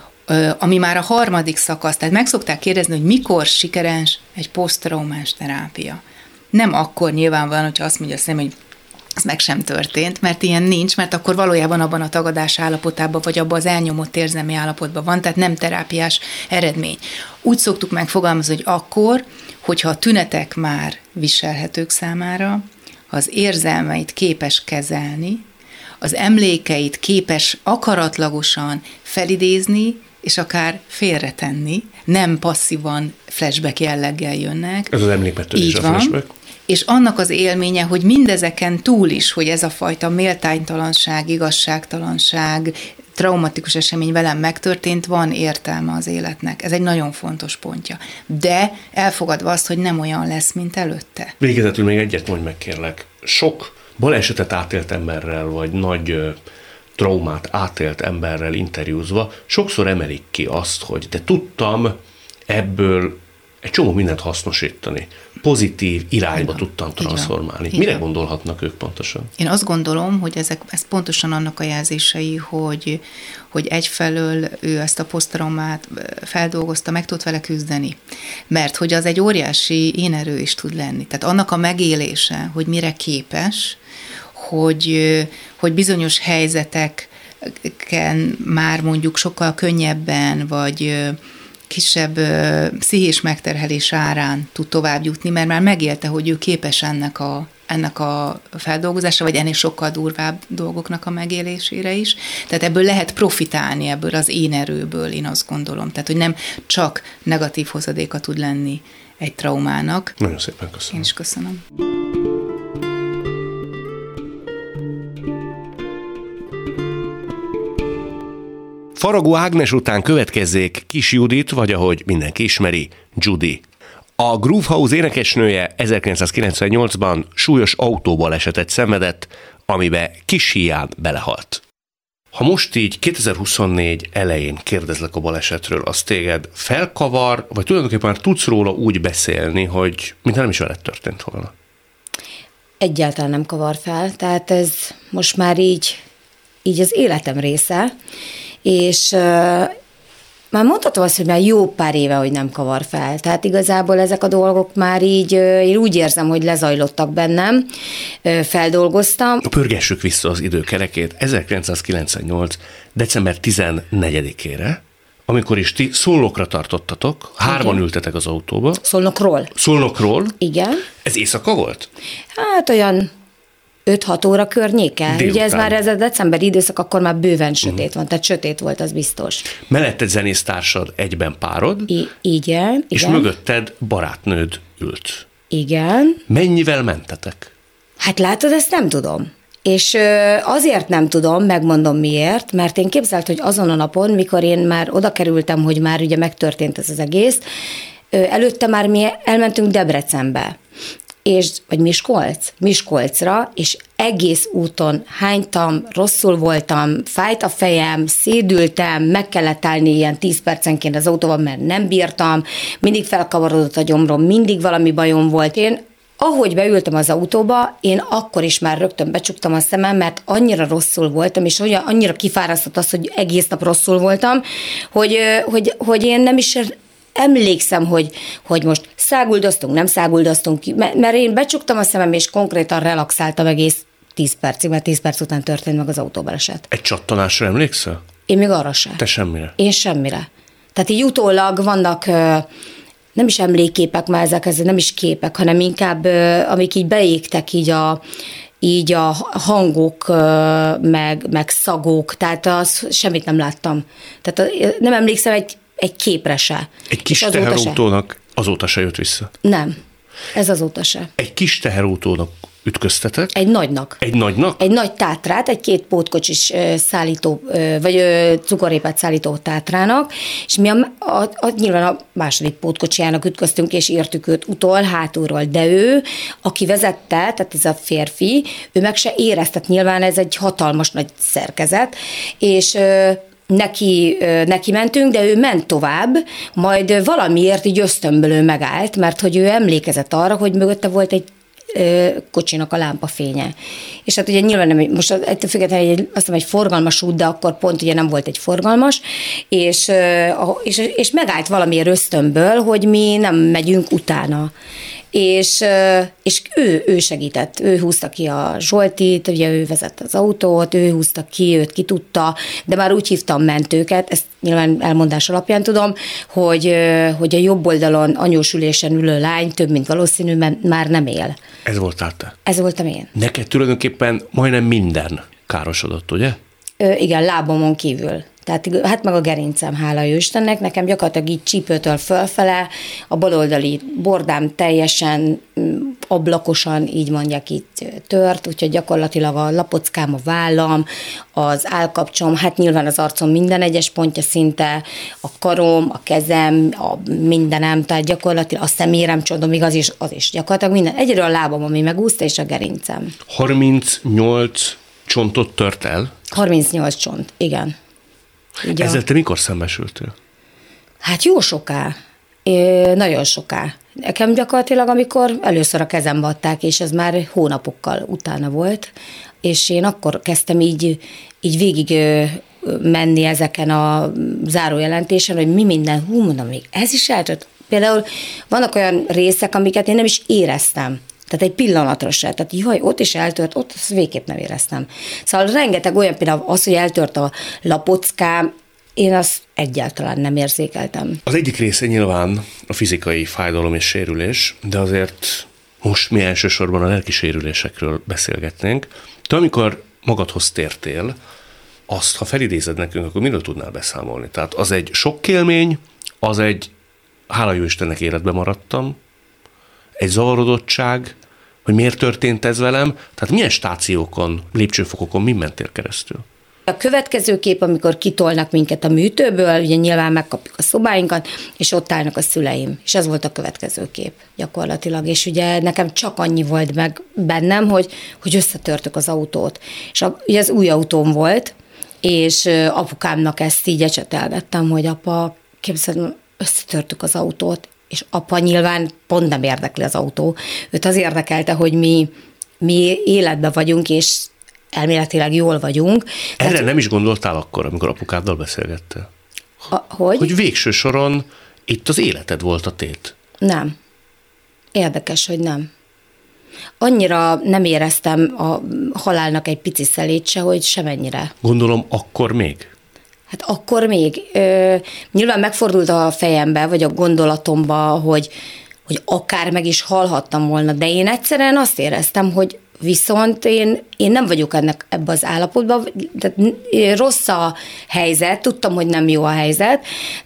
ami már a harmadik szakasz. Tehát meg szokták kérdezni, hogy mikor sikeres egy poszttraumás terápia. Nem akkor nyilvánvalóan, hogyha azt mondja a személy, hogy ez meg sem történt, mert ilyen nincs, mert akkor valójában abban a tagadás állapotában, vagy abban az elnyomott érzelmi állapotban van, tehát nem terápiás eredmény. Úgy szoktuk megfogalmazni, hogy akkor, hogyha a tünetek már viselhetők számára, ha az érzelmeit képes kezelni, az emlékeit képes akaratlagosan felidézni, és akár félretenni, nem passzívan flashback jelleggel jönnek. Ez az emlékbetörés a flashback. És annak az élménye, hogy mindezeken túl is, hogy ez a fajta méltánytalanság, igazságtalanság, traumatikus esemény velem megtörtént, van értelme az életnek. Ez egy nagyon fontos pontja. De elfogadva azt, hogy nem olyan lesz, mint előtte. Végezetül még egyet mondj meg, kérlek. Sok balesetet átélt emberrel, vagy nagy ö, traumát átélt emberrel interjúzva, sokszor emelik ki azt, hogy de tudtam ebből egy csomó mindent hasznosítani. Pozitív irányba tudtam transformálni. Mire gondolhatnak ők pontosan? Én azt gondolom, hogy ezek ez pontosan annak a jelzései, hogy, hogy egyfelől ő ezt a posztraumát feldolgozta, meg tud vele küzdeni. Mert hogy az egy óriási énerő is tud lenni. Tehát annak a megélése, hogy mire képes, hogy, hogy bizonyos helyzeteken már mondjuk sokkal könnyebben, vagy kisebb ö, pszichés megterhelés árán tud tovább jutni, mert már megélte, hogy ő képes ennek a, ennek a feldolgozása, vagy ennél sokkal durvább dolgoknak a megélésére is. Tehát ebből lehet profitálni, ebből az én erőből, én azt gondolom. Tehát, hogy nem csak negatív hozadéka tud lenni egy traumának. Nagyon szépen köszönöm. Én is köszönöm. Faragó Ágnes után következzék Kis Judit, vagy ahogy mindenki ismeri, Judy. A Groovehouse énekesnője ezerkilencszázkilencvennyolcban súlyos autóbalesetet szenvedett, amibe kis híján belehalt. Ha most így kétezer-huszonnégy elején kérdezlek a balesetről, az téged felkavar, vagy tulajdonképpen már tudsz róla úgy beszélni, hogy mintha nem is veled történt volna? Egyáltalán nem kavar fel, tehát ez most már így, így az életem része, és uh, már mondhatom azt, hogy már jó pár éve, hogy nem kavar fel. Tehát igazából ezek a dolgok már így, én úgy érzem, hogy lezajlottak bennem, feldolgoztam. Pörgessük vissza az időkerekét ezerkilencszázkilencvennyolc. december tizennegyedikére, amikor is ti Szolnokra tartottatok, hárman igen. ültetek az autóba. Szolnokról. Szolnokról. Igen. Ez éjszaka volt? Hát olyan öt-hat óra környéke. Délután. Ugye ez már ez a decemberi időszak, akkor már bőven sötét uh-huh. van, tehát sötét volt, az biztos. Mellette zenésztársad, egyben párod. I- igen. És igen. mögötted barátnőd ült. Igen. Mennyivel mentetek? Hát látod, ezt nem tudom. És azért nem tudom, megmondom miért, mert én képzelt, hogy azon a napon, mikor én már oda kerültem, hogy már ugye megtörtént ez az egész, előtte már mi elmentünk Debrecenbe, és, vagy Miskolc, Miskolcra, és egész úton hánytam, rosszul voltam, fájt a fejem, szédültem, meg kellett állni ilyen tíz percenként az autóban, mert nem bírtam, mindig felkavarodott a gyomrom, mindig valami bajom volt. Én ahogy beültem az autóba, én akkor is már rögtön becsuktam a szemem, mert annyira rosszul voltam, és olyan, annyira kifárasztott az, hogy egész nap rosszul voltam, hogy, hogy, hogy én nem is emlékszem, hogy, hogy most száguldoztunk, nem száguldoztunk ki, mert én becsuktam a szemem, és konkrétan relaxáltam egész tíz percig, mert tíz perc után történt meg az autóbaleset. Egy csattanásra emlékszel? Én még arra sem. Te semmire? Én semmire. Tehát így utólag vannak... nem is emlékképek már ezek, ez nem is képek, hanem inkább, amik így beégtek így a, így a hangok, meg, meg szagok, tehát az semmit nem láttam. Tehát nem emlékszem egy, egy képre se. Egy kis teherautónak se. Azóta se jött vissza? Nem, ez azóta se. Egy kis teherautónak ütköztetek? Egy nagynak. Egy nagynak? Egy nagy tátrát, egy két pótkocsis szállító, vagy cukorrépát szállító tátrának, és mi a, a, a, nyilván a második pótkocsijának ütköztünk, és értük őt utol, hátulról, de ő, aki vezette, tehát ez a férfi, ő meg se éreztet, nyilván ez egy hatalmas nagy szerkezet, és Neki, neki mentünk, de ő ment tovább, majd valamiért így ösztönből megállt, mert hogy ő emlékezett arra, hogy mögötte volt egy kocsinak a lámpafénye. És hát ugye nyilván nem, most ettől függetlenül egy, azt hiszem egy forgalmas út, de akkor pont ugye nem volt egy forgalmas, és, és, és megállt valamiért ösztönből, hogy mi nem megyünk utána. És, és ő, ő segített, ő húzta ki a Zsoltit, ugye ő vezette az autót, ő húzta ki, őt ki tudta, de már úgy hívtam mentőket, ezt nyilván elmondás alapján tudom, hogy, hogy a jobb oldalon anyósülésen ülő lány több, mint valószínű, mert már nem él. Ez voltál te? Ez voltam én. Neked tulajdonképpen majdnem minden károsodott, ugye? Ö, igen, lábamon kívül. Tehát hát meg a gerincem, hála jó Istennek, nekem gyakorlatilag így csípőtől fölfele, a baloldali bordám teljesen ablakosan, így mondják, így tört, úgyhogy gyakorlatilag a lapockám, a vállam, az állkapcsom, hát nyilván az arcom minden egyes pontja szinte, a karom, a kezem, a mindenem, tehát gyakorlatilag a szemérem csodom, az is, az is gyakorlatilag minden. Egyről a lábam, ami megúszta, és a gerincem. harmincnyolc csontot tört el? harmincnyolc csont, igen. Így Ezzel a... te mikor szembesültél? Hát jó soká, é, nagyon soká. Nekem gyakorlatilag, amikor először a kezembe adták, és ez már hónapokkal utána volt, és én akkor kezdtem így, így végig menni ezeken a zárójelentésen, hogy mi minden, hú, mondom, még ez is eltört. Például vannak olyan részek, amiket én nem is éreztem. Tehát egy pillanatra se. Tehát jaj, ott is eltört, ott azt végképp nem éreztem. Szóval rengeteg olyan, például az, hogy eltört a lapockám, én azt egyáltalán nem érzékeltem. Az egyik része nyilván a fizikai fájdalom és sérülés, de azért most mi elsősorban a lelki sérülésekről beszélgetnénk. Te amikor magadhoz tértél, azt, ha felidézed nekünk, akkor miről tudnál beszámolni? Tehát az egy sok élmény, az egy, hála jó Istennek, életben maradtam, egy zavarodottság, hogy miért történt ez velem, tehát milyen stációkon, lépcsőfokokon mi mentél keresztül? A következő kép, amikor kitolnak minket a műtőből, ugye nyilván megkapjuk a szobáinkat, és ott állnak a szüleim. És ez volt a következő kép gyakorlatilag. És ugye nekem csak annyi volt meg bennem, hogy, hogy összetörtük az autót. És a, ugye az új autóm volt, és apukámnak ezt így ecsetelgettem, hogy apa, képzeld, összetörtük az autót, és apa nyilván pont nem érdekli az autó. Őt az érdekelte, hogy mi, mi életben vagyunk, és elméletileg jól vagyunk. Erre Tehát, nem is gondoltál akkor, amikor apukáddal beszélgettél? A, hogy? Hogy végső soron itt az életed volt a tét. Nem. Érdekes, hogy nem. Annyira nem éreztem a halálnak egy pici szelét se, hogy semennyire. Gondolom akkor még? Hát akkor még. Ö, nyilván megfordult a fejembe, vagy a gondolatomba, hogy, hogy akár meg is halhattam volna, de én egyszerűen azt éreztem, hogy viszont én, én nem vagyok ennek ebbe az állapotban, tehát rossz a helyzet, tudtam, hogy nem jó a helyzet,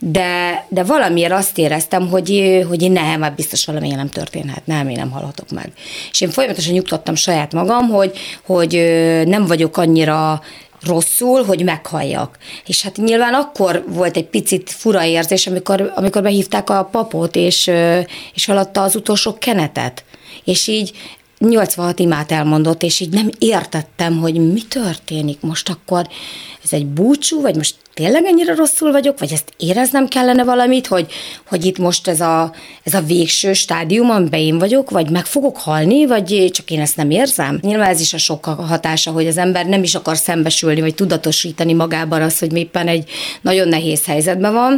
de, de valamiért azt éreztem, hogy, hogy én nem, már biztos valami nem történhet, nem, én nem halhatok meg. És én folyamatosan nyugtattam saját magam, hogy, hogy nem vagyok annyira rosszul, hogy meghalljak. És hát nyilván akkor volt egy picit fura érzés, amikor, amikor behívták a papot, és, és alatta az utolsó kenetet. És így nyolcvanhat imát elmondott, és így nem értettem, hogy mi történik most akkor. Ez egy búcsú, vagy most tényleg ennyire rosszul vagyok, vagy ezt éreznem kellene valamit, hogy, hogy itt most ez a, ez a végső stádium, amiben én vagyok, vagy meg fogok halni, vagy csak én ezt nem érzem. Nyilván ez is a sok hatása, hogy az ember nem is akar szembesülni, vagy tudatosítani magában azt, hogy éppen egy nagyon nehéz helyzetben van.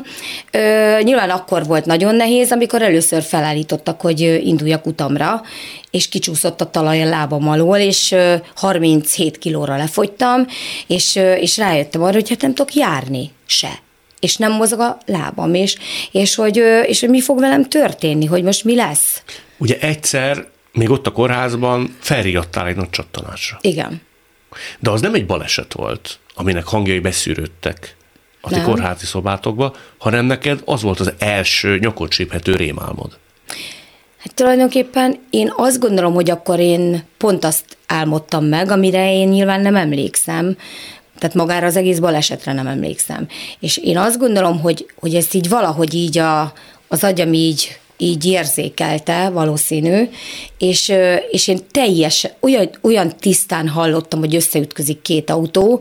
Ö, nyilván akkor volt nagyon nehéz, amikor először felállítottak, hogy induljak utamra, és kicsúszott a talaj a lábam alól, és harminchét kilóra lefogytam, és, és rájöttem arra, hogy hát nem tudok járni se. És nem mozog a lábam, és, és, hogy, és hogy mi fog velem történni, hogy most mi lesz. Ugye egyszer, még ott a kórházban felriadtál egy nagy csattanásra. Igen. De az nem egy baleset volt, aminek hangjai beszűrődtek a ti kórházi szobátokba, hanem neked az volt az első nyakot csíphető rémálmod. Hát tulajdonképpen én azt gondolom, hogy akkor én pont azt álmodtam meg, amire én nyilván nem emlékszem, tehát magára az egész balesetre nem emlékszem. És én azt gondolom, hogy, hogy ezt így valahogy így a, az agyam így, így érzékelte, valószínű, és, és én teljes, olyan, olyan tisztán hallottam, hogy összeütközik két autó,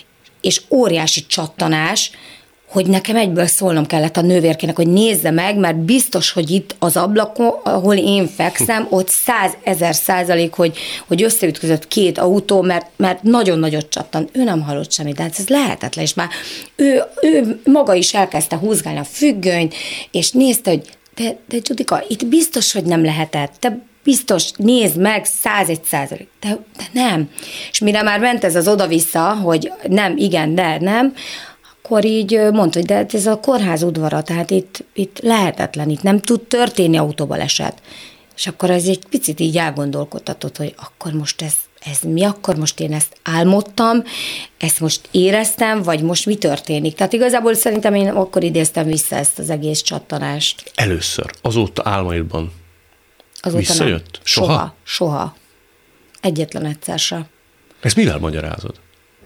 és óriási csattanás, hogy nekem egyből szólnom kellett a nővérkének, hogy nézze meg, mert biztos, hogy itt az ablakon, ahol én fekszem, ott százezer százalék, hogy, hogy összeütközött két autó, mert, mert nagyon nagyot csattan. Ő nem hallott semmit, de hát ez lehetetlen, és már ő, ő maga is elkezdte húzgálni a függönyt, és nézte, hogy de, de Judika, itt biztos, hogy nem lehetett, te biztos, nézd meg, százegy százalék, de, de nem. És mire már ment ez az oda-vissza, hogy nem, igen, de nem, akkor így mondta, hogy de ez a kórház udvara, tehát itt, itt lehetetlen, itt nem tud történni autóbaleset. És akkor ez egy picit így elgondolkodtatott, hogy akkor most ez, ez mi, akkor most én ezt álmodtam, ezt most éreztem, vagy most mi történik. Tehát igazából szerintem én akkor idéztem vissza ezt az egész csattanást. Először, azóta álmaidban azóta visszajött? Nem. Soha? Soha, soha. Egyetlen egyszer sem. Ezt mivel magyarázod?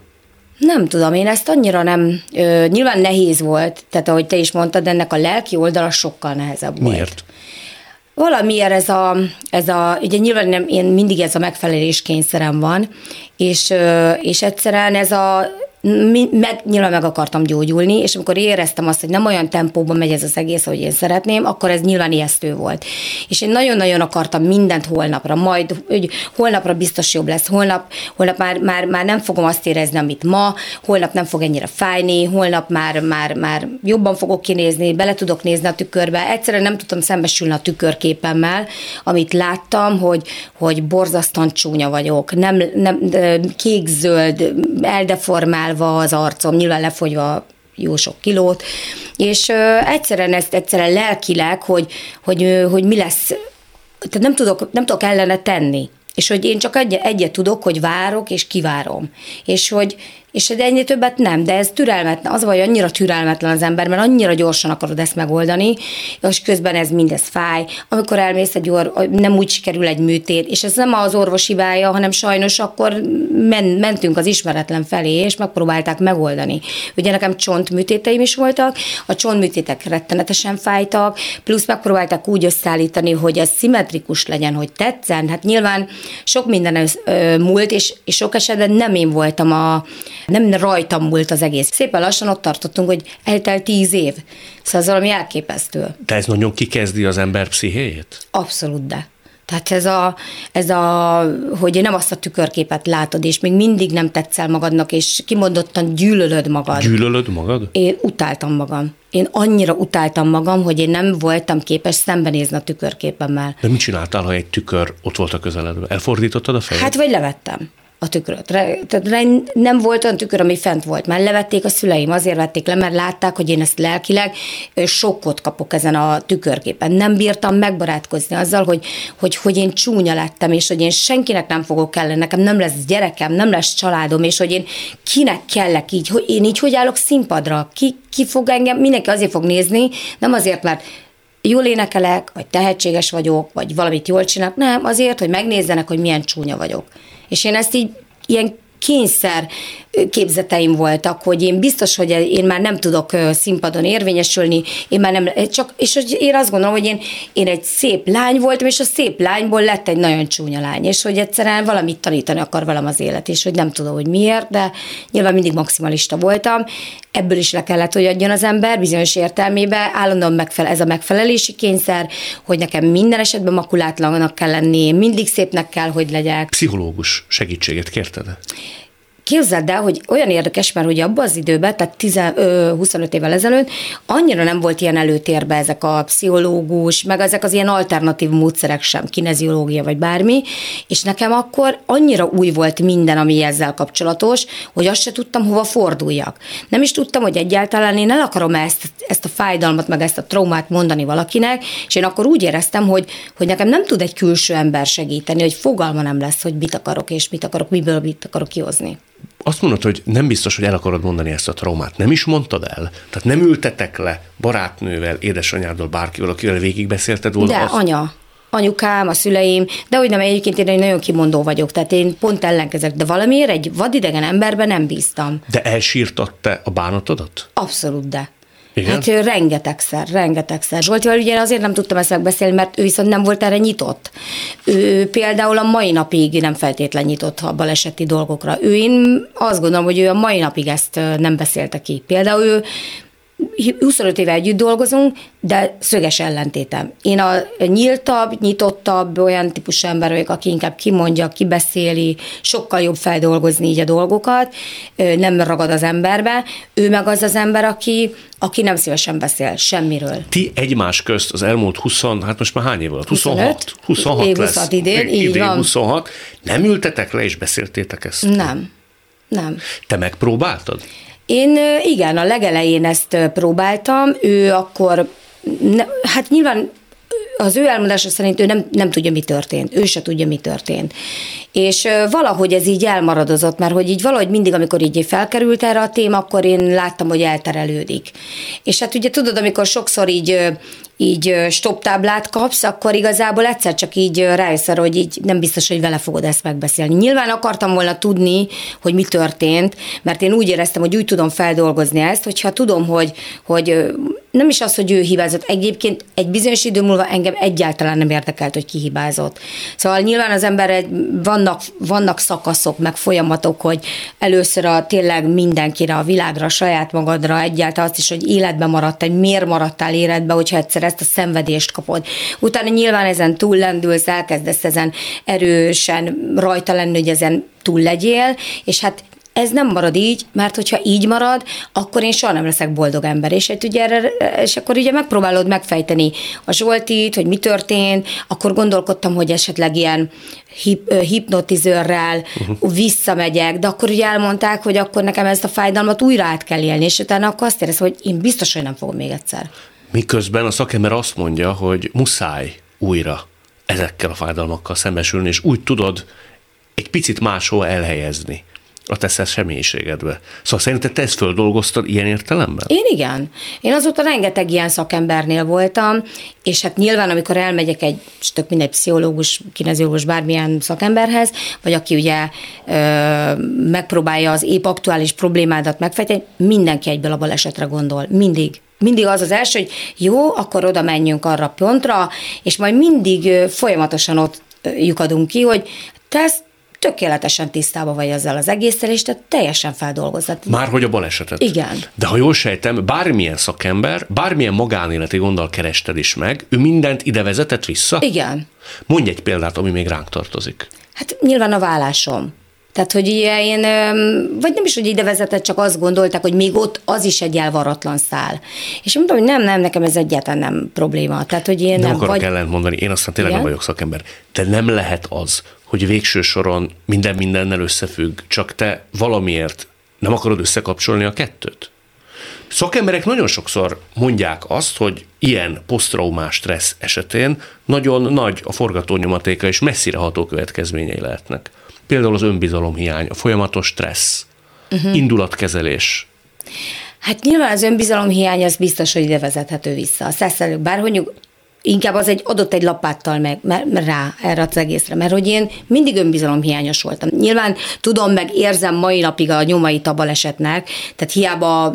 Nem tudom, én ezt annyira nem, ö, nyilván nehéz volt, tehát ahogy te is mondtad, ennek a lelki oldala sokkal nehezebb volt. Miért? Valamiért ez a, ez a, ugye nyilván nem, én mindig ez a megfelelés kényszerem van, és, ö, és egyszerűen ez a, meg, nyilván meg akartam gyógyulni, és amikor éreztem azt, hogy nem olyan tempóban megy ez az egész, ahogy én szeretném, akkor ez nyilván ijesztő volt. És én nagyon-nagyon akartam mindent holnapra, majd hogy holnapra biztos jobb lesz, holnap, holnap már, már, már nem fogom azt érezni, amit ma, holnap nem fog ennyire fájni, holnap már, már, már jobban fogok kinézni, bele tudok nézni a tükörbe. Egyszerűen nem tudtam szembesülni a tükörképemmel, amit láttam, hogy, hogy borzasztóan csúnya vagyok, nem, nem kék-zöld, eldeformál az arcom, nyilván lefogyva jó sok kilót, és ö, egyszerűen ezt egyszerűen lelkileg, hogy, hogy, ö, hogy mi lesz, tehát nem tudok, nem tudok ellene tenni, és hogy én csak egy, egyet tudok, hogy várok, és kivárom, és hogy és ennyi többet nem, de ez türelmetlen, az vagy annyira türelmetlen az ember, mert annyira gyorsan akarod ezt megoldani, és közben ez mindez fáj. Amikor elmész egy or, nem úgy sikerül egy műtét, és ez nem az orvos hibája, hanem sajnos akkor men, mentünk az ismeretlen felé, és megpróbálták megoldani. Ugye nekem csontműtéteim is voltak, a csontműtétek rettenetesen fájtak, plusz megpróbálták úgy összeállítani, hogy ez szimmetrikus legyen, hogy tetszen. Hát nyilván sok minden múlt, és, és sok esetben nem én voltam a nem rajtam múlt az egész. Szépen lassan ott tartottunk, hogy eltelt tíz év. Szóval az valami elképesztő. De ez nagyon kikezdi az ember pszichéjét? Abszolút, de. Tehát ez a, ez a, hogy nem azt a tükörképet látod, és még mindig nem tetszel magadnak, és kimondottan gyűlölöd magad. Gyűlölöd magad? Én utáltam magam. Én annyira utáltam magam, hogy én nem voltam képes szembenézni a tükörképemmel. De mit csináltál, ha egy tükör ott volt a közeledben? Elfordítottad a fejed? Hát vagy levettem a tükröt. Tehát nem volt olyan tükör, ami fent volt. Már levették a szüleim, azért vették le, mert látták, hogy én ezt lelkileg sokkot kapok ezen a tükörképen. Nem bírtam megbarátkozni azzal, hogy, hogy, hogy én csúnya lettem, és hogy én senkinek nem fogok kelleni, nekem nem lesz gyerekem, nem lesz családom, és hogy én kinek kellek így, hogy én így hogy állok színpadra, ki, ki fog engem, mindenki azért fog nézni, nem azért, mert jól énekelek, vagy tehetséges vagyok, vagy valamit jól csinálok, nem, azért, hogy megnézzenek, hogy milyen csúnya vagyok. És én ezt így ilyen kényszer képzeteim voltak, hogy én biztos, hogy én már nem tudok színpadon érvényesülni, én már nem, csak, és hogy én azt gondolom, hogy én, én egy szép lány voltam, és a szép lányból lett egy nagyon csúnya lány, és hogy egyszerűen valamit tanítani akar velem az élet, és hogy nem tudom, hogy miért, de nyilván mindig maximalista voltam, ebből is le kellett, hogy adjon az ember bizonyos értelmébe, állandóan megfelel, ez a megfelelési kényszer, hogy nekem minden esetben makulátlannak kell lenni, mindig szépnek kell, hogy legyek. Pszichológus segítséget kérted? Képzeld el, hogy olyan érdekes, mert hogy abban az időben, tehát tíz, huszonöt évvel ezelőtt annyira nem volt ilyen előtérbe ezek a pszichológus, meg ezek az ilyen alternatív módszerek sem, kineziológia vagy bármi, és nekem akkor annyira új volt minden, ami ezzel kapcsolatos, hogy azt se tudtam, hova forduljak. Nem is tudtam, hogy egyáltalán én el akarom ezt, ezt a fájdalmat, meg ezt a traumát mondani valakinek, és én akkor úgy éreztem, hogy, hogy nekem nem tud egy külső ember segíteni, hogy fogalma nem lesz, hogy mit akarok, és mit akarok, miből mit akarok kihozni. Azt mondod, hogy nem biztos, hogy el akarod mondani ezt a traumát. Nem is mondtad el? Tehát nem ültetek le barátnővel, édesanyáddal, bárkivel, akivel végigbeszélted volna? De azt? anya, anyukám, a szüleim, de hogy nem, egyébként én egy nagyon kimondó vagyok, tehát én pont ellenkezek, de valamiért egy vadidegen emberben nem bíztam. De elsírtad te a bánatodat? Abszolút, de. Igen? Hát ő rengetegszer, rengetegszer. Zsoltival ugye azért nem tudtam ezt megbeszélni, mert ő viszont nem volt erre nyitott. Ő például a mai napig nem feltétlen nyitott a baleseti dolgokra. Ő, én azt gondolom, hogy ő a mai napig ezt nem beszélte ki. Például ő huszonöt éve együtt dolgozunk, de szöges ellentétem. Én a nyíltabb, nyitottabb, olyan típusú ember vagyok, aki inkább kimondja, kibeszéli, sokkal jobb feldolgozni így a dolgokat, nem ragad az emberbe. Ő meg az az ember, aki, aki nem szívesen beszél semmiről. Ti egymás közt az elmúlt húsz, hát most már hány év volt? huszonhat. huszonhat Év lesz. huszonhat idén, így idén van. huszonhat. Nem ültetek le és beszéltétek ezt? Nem. Nem. Te megpróbáltad? Én igen, a legelején ezt próbáltam, ő akkor, ne, hát nyilván az ő elmondása szerint ő nem, nem tudja, mi történt, ő se tudja, mi történt. És valahogy ez így elmaradozott, mert hogy így valahogy mindig, amikor így felkerült erre a téma, akkor én láttam, hogy elterelődik. És hát ugye tudod, amikor sokszor így, így stoptáblát kapsz, akkor igazából egyszer csak így rájössz arra, hogy így nem biztos, hogy vele fogod ezt megbeszélni. Nyilván akartam volna tudni, hogy mi történt, mert én úgy éreztem, hogy úgy tudom feldolgozni ezt, hogyha tudom, hogy, hogy nem is az, hogy ő hibázott. Egyébként egy bizonyos idő múlva engem egyáltalán nem érdekelt, hogy ki hibázott. Szóval nyilván az ember, vannak, vannak szakaszok, meg folyamatok, hogy először a, tényleg mindenkire, a világra, a saját magadra, egyáltalán azt is, hogy életben maradtál, miért maradtál életben, hogyha egyszer ezt a szenvedést kapod. Utána nyilván ezen túl lendülsz, elkezdesz ezen erősen rajta lenni, hogy ezen túl legyél, és hát ez nem marad így, mert hogyha így marad, akkor én soha nem leszek boldog ember. És, hát ugye erre, és akkor ugye megpróbálod megfejteni a Zsoltit, hogy mi történt, akkor gondolkodtam, hogy esetleg ilyen hip, hipnotizőrrel uh-huh. visszamegyek, de akkor ugye elmondták, hogy akkor nekem ezt a fájdalmat újra át kell élni, és utána akkor azt éreztem, hogy én biztos, hogy nem fogom még egyszer. Miközben a szakember azt mondja, hogy muszáj újra ezekkel a fájdalmakkal szembesülni, és úgy tudod egy picit máshol elhelyezni a te személyiségedbe. Szóval szerinted te ezt földolgoztad ilyen értelemben? Én igen. Én azóta rengeteg ilyen szakembernél voltam, és hát nyilván, amikor elmegyek egy, tök mindegy pszichológus, kineziológus, bármilyen szakemberhez, vagy aki ugye ö, megpróbálja az épp aktuális problémádat megfejteni, mindenki egyből a balesetre gondol. Mindig. Mindig az az első, hogy jó, akkor oda menjünk arra a pontra, és majd mindig folyamatosan ott lyukadunk ki, hogy te ezt tökéletesen tisztában vagy ezzel az egésszel, és te teljesen feldolgozod. Márhogy a balesetet. Igen. De ha jól sejtem, bármilyen szakember, bármilyen magánéleti gonddal kerested is meg, ő mindent ide vezetett vissza? Igen. Mondj egy példát, ami még ránk tartozik. Hát nyilván a vállásom. Tehát, hogy ugye én, vagy nem is, hogy ide vezetett, csak azt gondolták, hogy még ott az is egy elvaratlan szál. És mondtam, hogy nem, nem, nekem ez egyáltalán nem probléma. Tehát, hogy én nem, nem akarok vagy... ellent mondani, én aztán tényleg igen? nem vagyok szakember. De nem lehet az, hogy végső soron minden mindennel összefügg, csak te valamiért nem akarod összekapcsolni a kettőt? Szakemberek nagyon sokszor mondják azt, hogy ilyen posztraumás stressz esetén nagyon nagy a forgatónyomatéka és messzireható következményei lehetnek. Például az önbizalomhiány, a folyamatos stressz, uh-huh. indulatkezelés. Hát nyilván az önbizalomhiány az biztos, hogy ide vezethető vissza. A százszerűk, bárhogy inkább az egy adott egy lapáttal meg rá erre az egészre, mert hogy én mindig önbizalomhiányos voltam. Nyilván tudom, meg érzem mai napig a nyomait a balesetnek, tehát hiába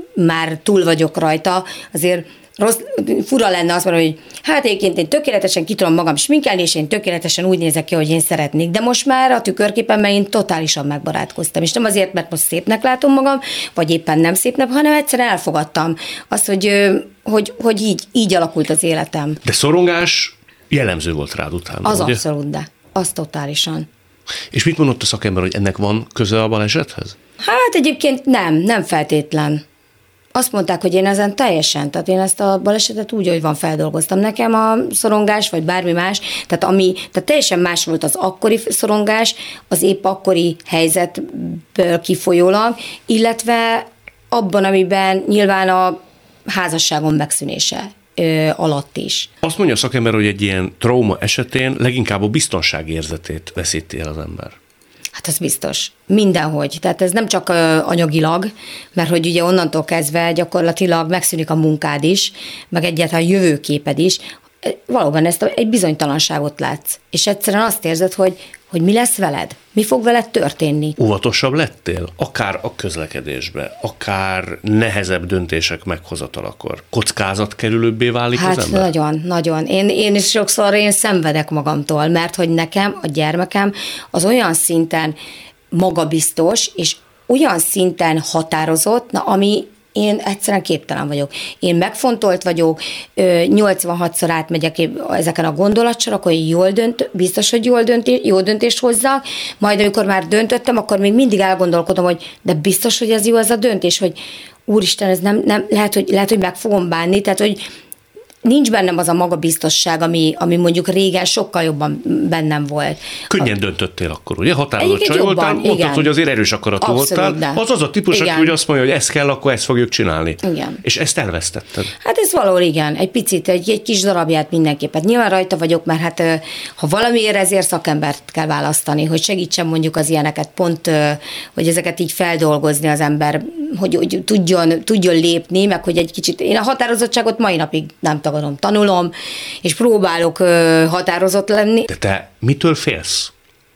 már túl vagyok rajta, azért rossz, fura lenne azt mondani, hogy hát egyébként én tökéletesen ki tudom magam sminkelni, és én tökéletesen úgy nézek ki, hogy én szeretnék, de most már a tükörképenben én totálisan megbarátkoztam, és nem azért, mert most szépnek látom magam, vagy éppen nem szépnek, hanem egyszerűen elfogadtam azt, hogy, hogy, hogy így, így alakult az életem. De szorongás jellemző volt rád utána, Az ugye? abszolút, de az totálisan. És mit mondott a szakember, hogy ennek van köze a balesethez? Hát egyébként nem, nem feltétlen. Azt mondták, hogy én ezen teljesen, tehát én ezt a balesetet úgy, hogy van, feldolgoztam. Nekem a szorongás, vagy bármi más, tehát, ami, tehát teljesen más volt az akkori szorongás, az épp akkori helyzetből kifolyólag, illetve abban, amiben nyilván a házasságom megszűnése ö, alatt is. Azt mondja a szakember, hogy egy ilyen trauma esetén leginkább a biztonságérzetét veszíti el az ember. Hát ez biztos. Mindenhogy. Tehát ez nem csak anyagilag, mert hogy ugye onnantól kezdve gyakorlatilag megszűnik a munkád is, meg egyáltalán a jövőképed is. Valóban ezt egy bizonytalanságot látsz. És egyszerűen azt érzed, hogy, hogy mi lesz veled? Mi fog veled történni? Óvatosabb lettél? Akár a közlekedésbe, akár nehezebb döntések meghozatalakor. Kockázatkerülőbbé válik hát az ember? Hát nagyon, nagyon. Én, én is sokszor én szenvedek magamtól, mert hogy nekem, a gyermekem az olyan szinten magabiztos, és olyan szinten határozott, na, ami én egyszerűen képtelen vagyok. Én megfontolt vagyok, nyolcvanhatszor átmegyek ezeken a gondolatsorokon, hogy jól dönt, biztos, hogy jól döntés, jó döntést hozzak, majd amikor már döntöttem, akkor még mindig elgondolkodom, hogy de biztos, hogy ez jó ez a döntés, hogy úristen, ez nem, nem lehet, hogy, lehet, hogy meg fogom bánni, tehát, hogy nincs bennem az a magabiztosság, ami, ami mondjuk régen sokkal jobban bennem volt. Könnyen a... döntöttél akkor, ugye? Határozott csaj voltál, mondtad, hogy azért erős akaratú voltál. De. Az az a típus, igen. Aki úgy azt mondja, hogy ezt kell, akkor ezt fogjuk csinálni. Igen. És ezt elvesztetted. Hát ez való, igen. Egy picit, egy, egy kis darabját mindenképpen. Nyilván rajta vagyok, mert hát ha valamiért ezért szakembert kell választani, hogy segítsen mondjuk az ilyeneket pont, hogy ezeket így feldolgozni az ember, hogy, hogy tudjon, tudjon lépni, meg hogy egy kicsit, én a határozottságot mai napig nem tagadom, tanulom, és próbálok ö, határozott lenni. De te mitől félsz?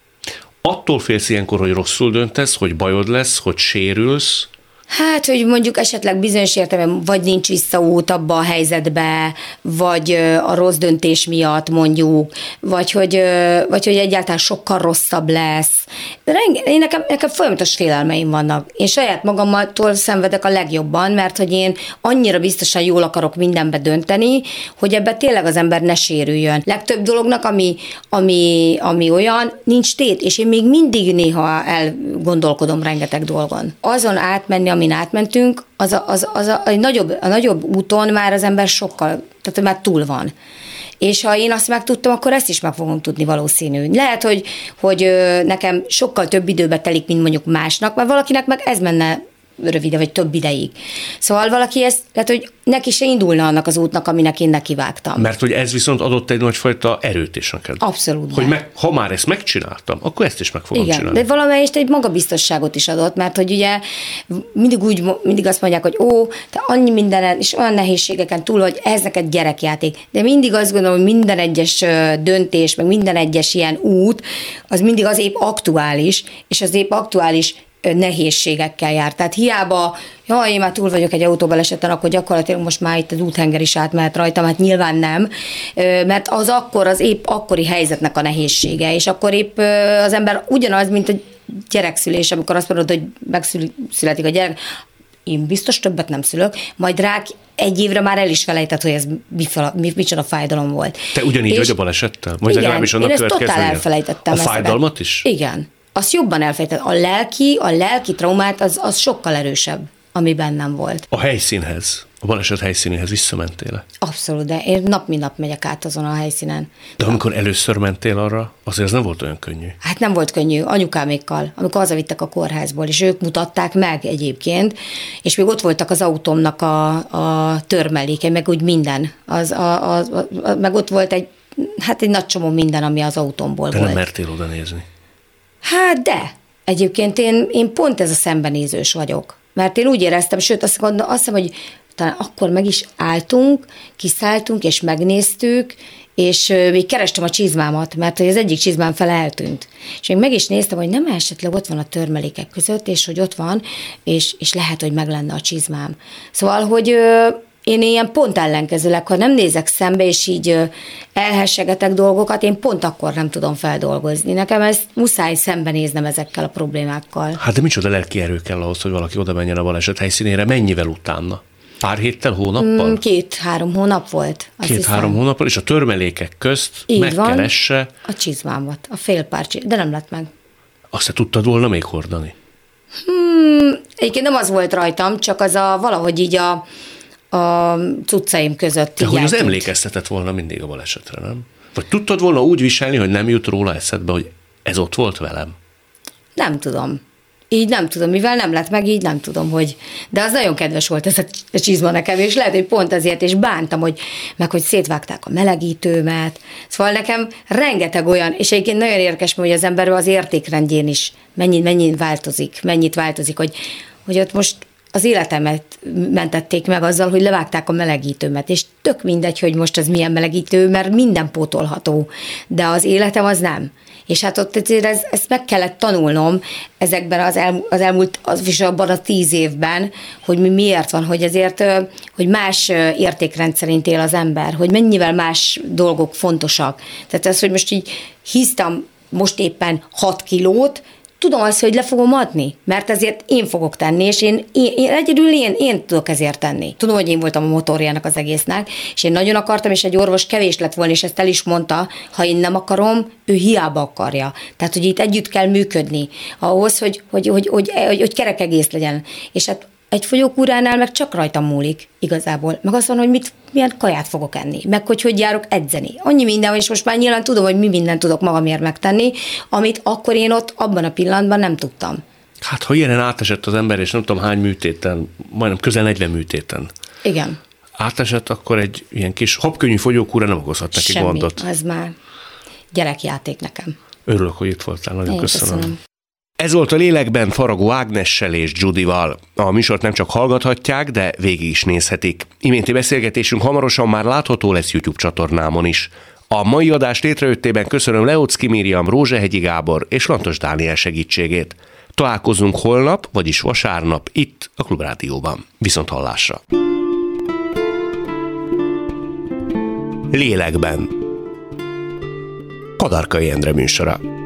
Attól félsz ilyenkor, hogy rosszul döntesz, hogy bajod lesz, hogy sérülsz? Hát, hogy mondjuk esetleg bizonyos értelemben vagy nincs visszaút abba a helyzetbe, vagy a rossz döntés miatt mondjuk, vagy hogy, vagy hogy egyáltalán sokkal rosszabb lesz. Én nekem, nekem folyamatos félelmeim vannak. Én saját magamtól szenvedek a legjobban, mert hogy én annyira biztosan jól akarok mindenbe dönteni, hogy ebben tényleg az ember ne sérüljön. Legtöbb dolognak, ami, ami, ami olyan, nincs tét, és én még mindig néha elgondolkodom rengeteg dolgon. Azon átmenni, amin átmentünk, az a, az, az a, a, nagyobb, a nagyobb úton már az ember sokkal, tehát már túl van. És ha én azt megtudtam, akkor ezt is meg fogom tudni valószínű. Lehet, hogy, hogy nekem sokkal több időbe telik, mint mondjuk másnak, mert valakinek meg ez menne rövide, vagy több ideig. Szóval valaki ezt, lehet, hogy neki se indulna annak az útnak, aminek én nekivágtam. Mert hogy ez viszont adott egy nagyfajta erőt is neked. Abszolút. Hogy meg, ha már ezt megcsináltam, akkor ezt is meg fogom igen, csinálni. De valamelyest egy magabiztosságot is adott, mert hogy ugye mindig úgy, mindig azt mondják, hogy ó, te annyi mindenen, és olyan nehézségeken túl, hogy ez neked gyerekjáték. De mindig azt gondolom, hogy minden egyes döntés, meg minden egyes ilyen út, az mindig az épp aktuális, és az épp aktuális nehézségekkel jár. Tehát hiába, jaj, én már túl vagyok egy autóbaleseten, akkor gyakorlatilag most már itt az úthenger is átmehet rajtam, hát nyilván nem, mert az akkor, az épp akkori helyzetnek a nehézsége, és akkor épp az ember ugyanaz, mint a gyerekszülés, amikor azt mondod, hogy megszületik a gyerek, én biztos többet nem szülök, majd rá egy évre már el is felejtett, hogy ez micsoda mi, mi fájdalom volt. Te ugyanígy vagy a balesettel? Vagy igen, legalábbis annak én ezt totál elfelejtettem. A fájdalmat is? Igen. Azt jobban elfelejtettem. A lelki, a lelki traumát az, az sokkal erősebb, ami bennem volt. A helyszínhez, a baleset helyszínéhez visszamentél? Abszolút, de én nap mint nap megyek át azon a helyszínen. De amikor először mentél arra, azért ez nem volt olyan könnyű. Hát nem volt könnyű, anyukámékkal, amikor hazavittek a kórházból, és ők mutatták meg egyébként, és még ott voltak az autómnak a, a törmeléke, meg úgy minden. Az, a, a, a, meg ott volt egy, hát egy nagy csomó minden, ami az autómból de volt. De nem mertél oda nézni? Hát de. Egyébként én, én pont ez a szembenézős vagyok. Mert én úgy éreztem, sőt azt gondolom, azt hiszem, hogy talán akkor meg is álltunk, kiszálltunk, és megnéztük, és még kerestem a csizmámat, mert hogy az egyik csizmám fel eltűnt. És még meg is néztem, hogy nem esetleg ott van a törmelékek között, és hogy ott van, és, és lehet, hogy meg lenne a csizmám. Szóval, hogy én ilyen pont ellenkezőleg, ha nem nézek szembe, és így elhessegetek dolgokat, én pont akkor nem tudom feldolgozni. Nekem ezt muszáj szembenéznem ezekkel a problémákkal. Hát de micsoda lelki erő kell ahhoz, hogy valaki oda menjen a baleset helyszínére, mennyivel utána? Pár héttel, hónappal? Két-három hónap volt. Két-három hónappal, és a törmelékek közt így megkeresse. Van, a csizmámat, a fél pár csizmámat, de nem lett meg. Azt te tudtad volna még hordani? Hmm, egyébként nem az volt rajtam, csak az a valahogy így a a cuccaim között. De hogy az emlékeztetett volna mindig a balesetre, nem? Vagy tudtad volna úgy viselni, hogy nem jut róla eszedbe, hogy ez ott volt velem? Nem tudom. Így nem tudom, mivel nem lett meg, így nem tudom, hogy... De az nagyon kedves volt ez a csizma nekem, és lehet, hogy pont azért, és bántam, hogy meg hogy szétvágták a melegítőmet. Szóval nekem rengeteg olyan, és egyébként nagyon érdekes, hogy az ember az értékrendjén is mennyit, mennyit változik, mennyit változik, hogy, hogy ott most az életemet mentették meg azzal, hogy levágták a melegítőmet, és tök mindegy, hogy most az milyen melegítő, mert minden pótolható, de az életem az nem. És hát ott azért ez, ezt meg kellett tanulnom ezekben az, el, az elmúlt, az is abban a tíz évben, hogy mi miért van, hogy ezért, hogy más értékrend szerint él az ember, hogy mennyivel más dolgok fontosak. Tehát ez, hogy most így hisztam most éppen hat kilót, tudom azt, hogy le fogom adni, mert ezért én fogok tenni, és én, én, én egyedül én, én tudok ezért tenni. Tudom, hogy én voltam a motorjának az egésznek, és én nagyon akartam, és egy orvos kevés lett volna, és ezt el is mondta, ha én nem akarom, ő hiába akarja. Tehát, hogy itt együtt kell működni ahhoz, hogy, hogy, hogy, hogy, hogy, hogy kerek egész legyen. És hát egy fogyókúránál meg csak rajtam múlik igazából. Meg azt mondom, hogy mit, milyen kaját fogok enni, meg hogy hogy járok edzeni. Annyi minden van, és most már nyilván tudom, hogy mi mindent tudok magamért megtenni, amit akkor én ott abban a pillanatban nem tudtam. Hát, ha ilyenen átesett az ember, és nem tudom hány műtéten, majdnem közel negyven műtéten. Igen. Átesett, akkor egy ilyen kis habkönnyű fogyókúra nem okozhat neki semmi, gondot. Ez már gyerekjáték nekem. Örülök, hogy itt voltál, nagyon én köszönöm. köszönöm. Ez volt a Lélekben Faragó Ágnessel és Judival. A műsort nem csak hallgathatják, de végig is nézhetik. Iménti beszélgetésünk hamarosan már látható lesz YouTube csatornámon is. A mai adás létrejöttében köszönöm Leocki Miriam, Rózsehegyi Gábor és Lantos Dániel segítségét. Találkozunk holnap, vagyis vasárnap itt a Klubrádióban. Viszont hallásra! Lélekben. Kadarkai Endre műsora.